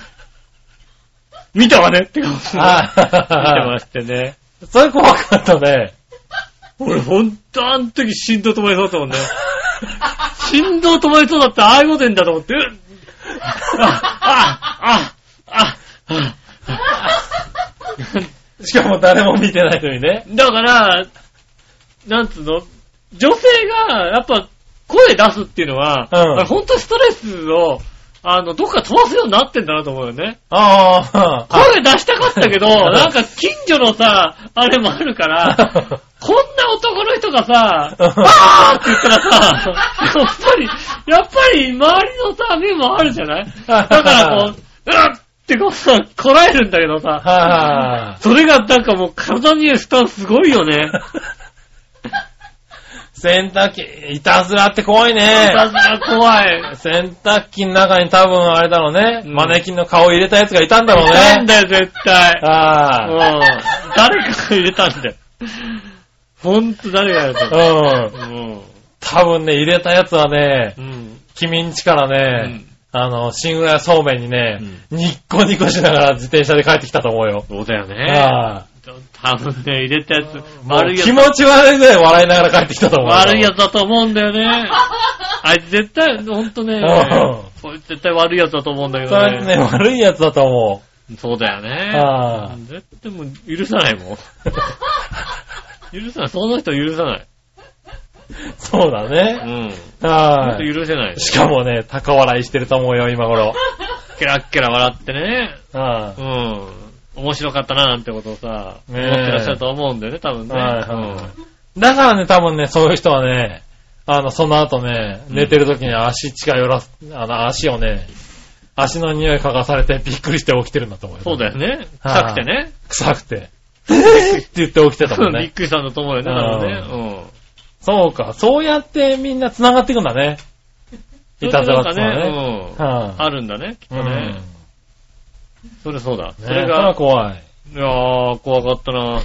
見たわねって顔して見てましてね。 それ怖かったね。 俺ほんとあの時心臓止まりそうだもんね。心臓止まりそうだってああいうこと言うんだと思って。 しかも誰も見てないのにね。 だから、なんつうの、女性がやっぱ声出すっていうのは、ほんとストレスを、どっか飛ばすようになってんだなと思うよね。声出したかったけど、なんか近所のさ、あれもあるから、こんな男の人がさ、って言ったらさ、やっぱり周りのさ、目もあるじゃないだからこう、ってこうさ、こらえるんだけどさ、それがなんかもう体に負担すごいよね。 洗濯機、いたずらって怖いね。 いたずら怖い。 洗濯機の中に多分あれだろうね。マネキンの顔入れたやつがいたんだろうね。いたんだよ、絶対。誰かが入れたんだよ。ほんと誰が入れたんだよ。 多分ね、入れたやつはね、君んちからね、新浦そうめんにね、ニッコニコしながら自転車で帰ってきたと思うよ。 そうだよね。多分ね、入れたやつ、悪いやつ。 気持ち悪いぐらい笑いながら帰ってきたと思う。 悪いやつだと思うんだよね。あいつ絶対、ほんとね、こいつ絶対悪いやつだと思うんだけどね。 それね、悪いやつだと思う。そうだよね。絶対もう許さないもん。許さない。その人許さない。 そうだね。 許せない。 しかもね、高笑いしてると思うよ、今頃。 ケラッケラ笑ってね。面白かったななんてことをさ、思ってらっしゃると思うんだよね、多分ね。 だからね、多分ね、そういう人はね、その後ね、寝てる時に足足をね、足の匂い嗅がされてびっくりして起きてるんだと思うよ。 そうだよね。臭くてね。 臭くて。って言って起きてたもんね。 びっくりしたんだと思うよね、多分ね。 そうか、そうやってみんな繋がっていくんだね。いたずらってね。 あるんだね、きっとね。それそうだ。それが怖い。 いやー、怖かったな。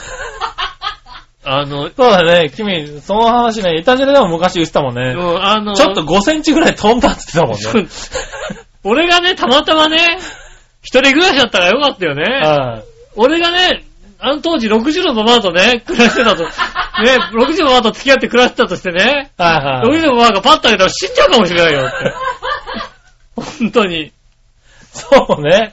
そうだね、君、その話ね、いたじらでも昔言ってたもんね。ちょっと5センチぐらい飛んだって言ってたもんね。 俺がね、たまたまね、一人暮らしだったらよかったよね。俺がね、当時60のママとね、暮らしてたと、ね、60のママと付き合って暮らしてたとしてね、60のママがパッとあげたら死んじゃうかもしれないよって。本当に。 そうね。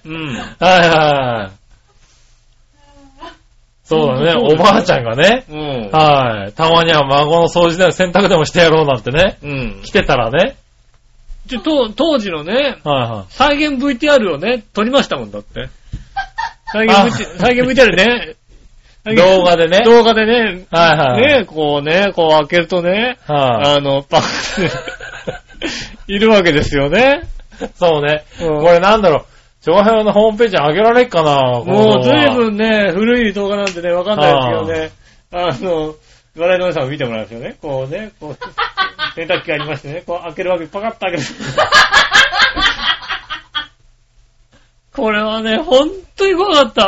そうだね、おばあちゃんがね、たまには孫の掃除で洗濯でもしてやろうなんてね、来てたらね。 当時のね、再現 VTR をね、撮りましたもんだって。再現 VTR ね。 動画でね。 ね、こう開けるとね、パッいるわけですよね。 そうね。これなんだろう。 調和表のホームページに上げられっかな。 もう随分ね、古い動画なんてね、わかんないですけどね。笑いのお姉さんを見てもらうんですよね。こうね、こう、洗濯機がありましてね、こう開けるわけ、パカッと開ける。これはね、ほんとに怖かった。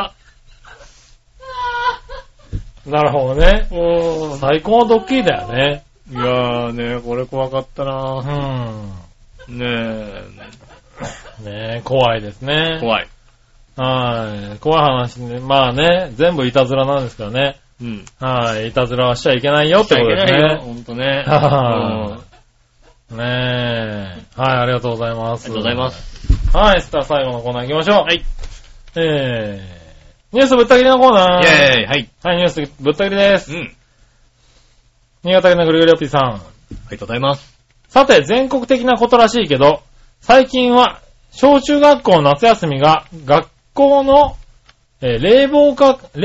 なるほどね。最高のドッキリだよね。 いやーね、これ怖かったなねえ、怖いですね。 怖い。 はい。怖い話ね。まあね、全部いたずらなんですけどね。 うん。 はい。いたずらはしちゃいけないよってことですね。 しちゃいけないよ、ほんとね。 はい。ねえ。はい、ありがとうございます。 ありがとうございます。 はい、そしたら最後のコーナー行きましょう。 はい。 ニュースぶった切りのコーナー。 イェーイ、はい。 はい、ニュースぶった切りです。 うん。 新潟県のぐるぐるおっぴーさん。ありがとうございます。さて、全国的なことらしいけど、最近は、小中学校の夏休みが、学校の、冷房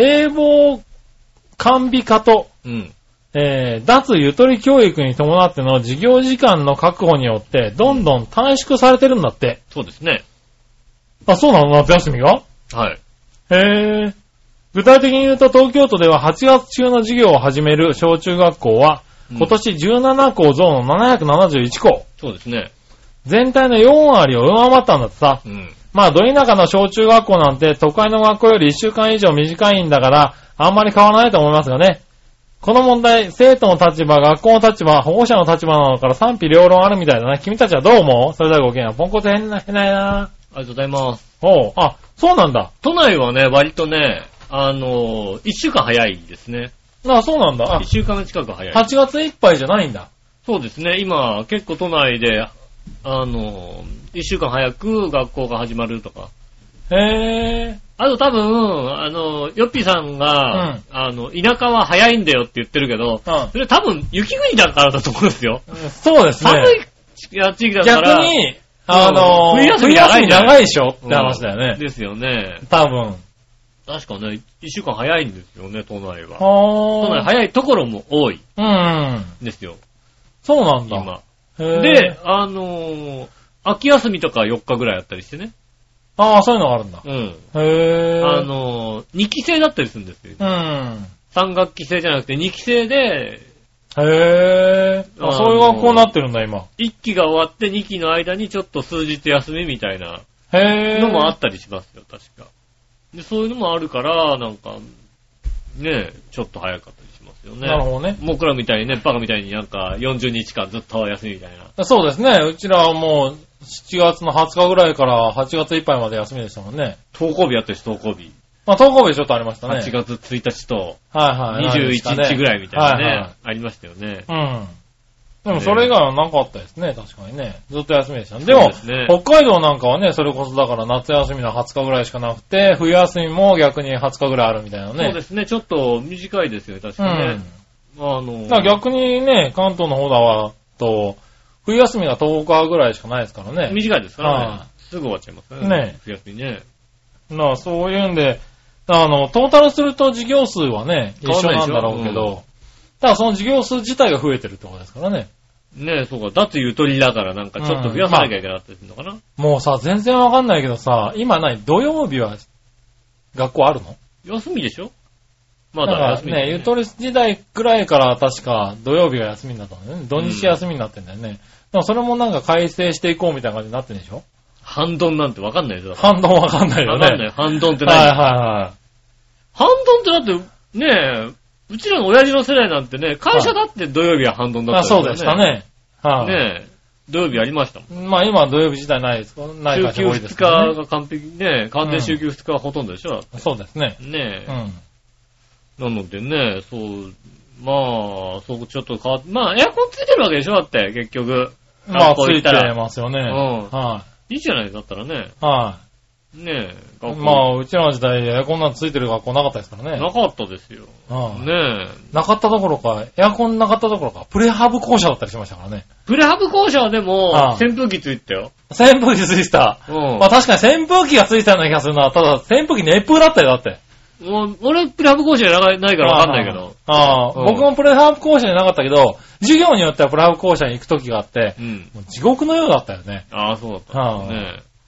完備化と、脱ゆとり教育に伴っての授業時間の確保によって、どんどん短縮されてるんだって。 そうですね。 あ、そうなの？夏休みが？ はい。 へぇ。具体的に言うと東京都では8月中の授業を始める小中学校は、今年17校増の771校。 そうですね。 全体の4割を上回ったんだってさ。まあ、ど田舎の小中学校なんて都会の学校より1週間以上短いんだから、あんまり変わらないと思いますがね。この問題、生徒の立場、学校の立場、保護者の立場なのから賛否両論あるみたいだね。君たちはどう思う？それではごきげんよう。ポンコツ変ないな。 ありがとうございます。 あ、そうなんだ。 都内はね、割とね、1週間早いですね。 あ、そうなんだ。 1週間近く早い。 8月いっぱいじゃないんだ。 そうですね。今、結構都内で、1週間早く学校が始まるとか。 へぇー。 あと多分、ヨッピーさんが、田舎は早いんだよって言ってるけど、それ多分雪国だからだと思うんですよ。 そうですね。 寒い地域だから。 逆に、冬休み長いでしょって話だよね。 ですよね。 多分。 確かね、1週間早いんですよね、都内は。都内早いところも多い。ですよ。 そうなんだ。 今。で、秋休みとか4日ぐらいあったりしてね。 ああ、そういうのがあるんだ。 へぇ2期制だったりするんですよ。3学期制じゃなくて2期制で、 へぇー。そういう学校になってるんだ、今。 1期が終わって2期の間にちょっと数日休みみたいなのもあったりしますよ、確か。で、そういうのもあるから、なんか、ね、ちょっと早かったりしますよね。 なるほどね。 僕らみたいにね、バカみたいになんか40日間ずっと休みみたいな。 そうですね。うちらはもう7月の20日ぐらいから8月いっぱいまで休みでしたもんね。 登校日やってるし、登校日。 まあ、登校日ちょっとありましたね。 8月1日と、 はいはい。 21日ぐらいみたいなね、ありましたよね。 でもそれ以外はなかったですね、確かにね。ずっと休みでしたね。でも、北海道なんかはね、それこそだから夏休みの20日ぐらいしかなくて、冬休みも逆に20日ぐらいあるみたいなね。 そうですね、ちょっと短いですよ、確かにね。 だから逆にね、関東の方だわと、冬休みが10日ぐらいしかないですからね。 短いですからね。すぐ終わっちゃいますからね。冬休みね。 そういうんで、トータルすると授業数はね、一緒なんだろうけど、ただその授業数自体が増えてるってことですからね。 ねえ、そうか。脱ゆとりだからなんかちょっと増やさなきゃいけなかったりするのかな、 もうさ、全然わかんないけどさ、今土曜日は学校あるの？ 休みでしょ？まだ休み、 ね。ゆとり時代くらいから確か土曜日が休みになったんだよね。土日休みになってんだよね。でもそれもなんか改正していこうみたいな感じになってんでしょ？ 半ドンなんてわかんないですよ。 半ドンわかんないよね。 わかんない。半ドンって何？半ドンってだって、ねえ、うちらの親父の世代なんてね、会社だって土曜日は半ドンだったからね。そうでしたね。 ねえ、土曜日ありましたもん。 まあ今は土曜日自体ないですか？ない会社多いですからね。 週休2日が完璧ね、完全週休2日はほとんどでしょ？ そうですね。 ねえ。なのでね、そう、まあ、そうちょっと変わって、まあエアコンついてるわけでしょ？だって結局。 まあついてますよね。 いいじゃないだったらね。ねえ。まあ、うちらの時代エアコンなんてついてる学校なかったですからね。 なかったですよ。ねえ。 なかったどころか、エアコンなかったどころか、プレハブ校舎だったりしましたからね。 プレハブ校舎はでも、扇風機ついてたよ。 扇風機ついてた。まあ確かに扇風機がついてたような気がするな。ただ、扇風機熱風だったよ、だって。 俺、プレハブ校舎じゃないからわかんないけど。 僕もプレハブ校舎じゃなかったけど、授業によってはプレハブ校舎に行く時があって、もう地獄のようだったよね。 そうだったね。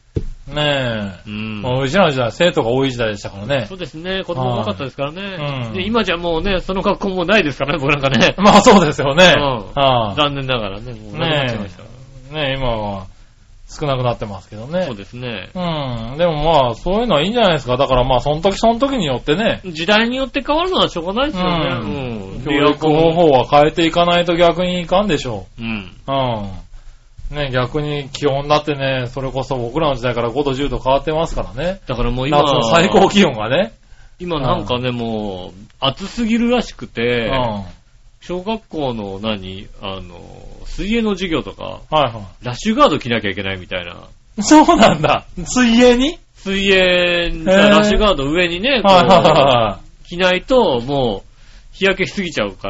ねえ。うちらの時代、生徒が多い時代でしたからね。 そうですね。子供多かったですからね。で今じゃもうね、その学校もないですからね、僕なんかね。 まあそうですよね。 残念ながらね、もうなくなっちゃいましたから。 ねえ、今は少なくなってますけどね。 そうですね。 でもまあ、そういうのはいいんじゃないですか。だからまあ、その時その時によってね。 時代によって変わるのはしょうがないですよね。 教育方法は変えていかないと逆にいかんでしょう。ね、逆に気温だってね、それこそ僕らの時代から5度10度変わってますからね。 だからもう今、 夏の最高気温がね。 今なんかね、もう、暑すぎるらしくて、小学校の水泳の授業とか、ラッシュガード着なきゃいけないみたいな。 そうなんだ。水泳に水泳、ラッシュガード上にね、着ないともう日焼けしすぎちゃうから、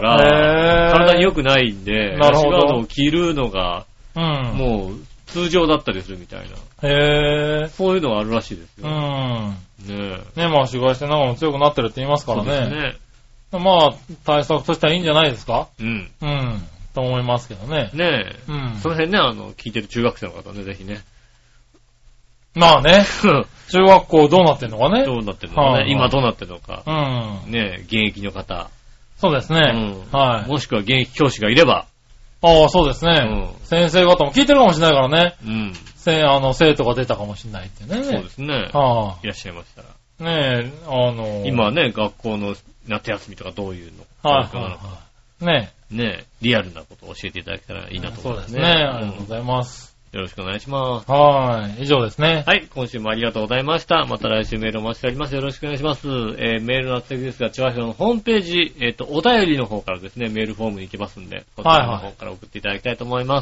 体に良くないんで、ラッシュガードを着るのが、もう通常だったりするみたいな。そういうのがあるらしいですよ。ねまあ紫外線なんかも強くなってるって言いますからね。そうですね。まあ、対策としてはいいんじゃないですか？と思いますけどね。 ねえ。その辺ね、聞いてる中学生の方ね、ぜひね。 まあね。中学校どうなってんのかね。 どうなってんのかね。今どうなってんのか。ねえ、現役の方。 そうですね。 もしくは現役教師がいれば。 ああ、そうですね。先生方も聞いてるかもしれないからね。生徒が出たかもしれないってね。 そうですね。いらっしゃいましたら。 ねえ、 今ね、学校の夏休みとかどういうのねえ、リアルなことを教えていただけたらいいなと思いますね。 そうですね。ありがとうございます。 よろしくお願いします。 以上ですね。 はい、今週もありがとうございました。また来週メールお待ちしております。よろしくお願いします。メールの宛先ですが、チョアヘヨのホームページ、お便りの方からですね、メールフォームに行きますんで、こちらの方から送っていただきたいと思います。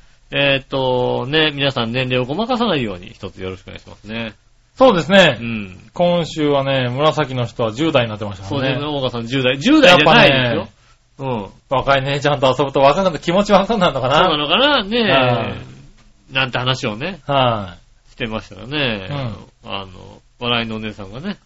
皆さん年齢をごまかさないように一つよろしくお願いしますね。 そうですね。今週はね、紫の人は10代になってましたからね。 そうですね、大川さん10代じゃないですよ。 若い姉ちゃんと遊ぶと分かんない気持ち分かんないのかな。 そうなのかなねなんて話をね。してましたらね。笑いのお姉さんがね。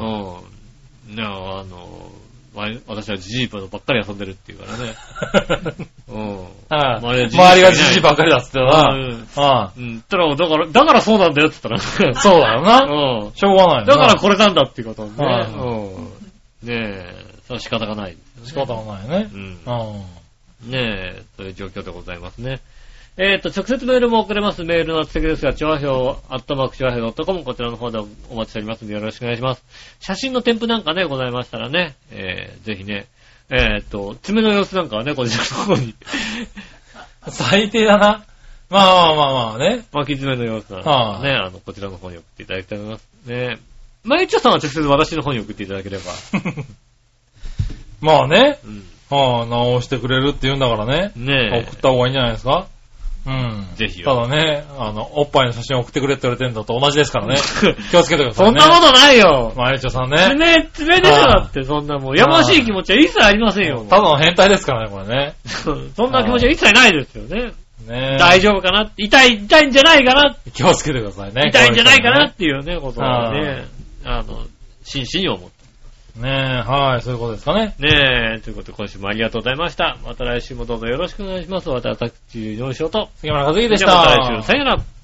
私はジジイばっかり遊んでるっていうからね。 周りがジジイばっかりだっつってな。 だからそうなんだよって言ったら。 そうだよな。しょうがない。 だからこれなんだっていうことね。ねえ、それは仕方がないですよね。仕方がないね。 ねえ、そういう状況でございますね。直接メールも送れます。メールの宛先ですが、チョアヘヨ@CHOAHEYO.com こちらの方でお待ちしておりますのでよろしくお願いします。写真の添付なんかね、ございましたらね、ぜひね、爪の様子なんかはね、こちらの方に。 最低だな。まあね。 巻き爪の様子なんかね、こちらの方に送っていただきたいと思います。ね。まゆちょさんは直接私の方に送っていただければ。 まあね。直してくれるって言うんだからね。送った方がいいんじゃないですか。 ぜひ。 ただね、おっぱいの写真送ってくれって言われてるのと同じですからね。気をつけてくださいね。 そんなことないよ。 まゆちょさんね。 爪でしょだって、そんなもう、やましい気持ちは一切ありませんよ。 ただの変態ですからね、これね。 そんな気持ちは一切ないですよね。大丈夫かな痛いんじゃないかな気をつけてくださいね。 痛いんじゃないかなっていうね、ことはね、真摯に思って。 そういうことですかね。 ということで今週もありがとうございました。また来週もどうぞよろしくお願いします。私、井上翔と杉村和樹でした。 また来週、さよなら。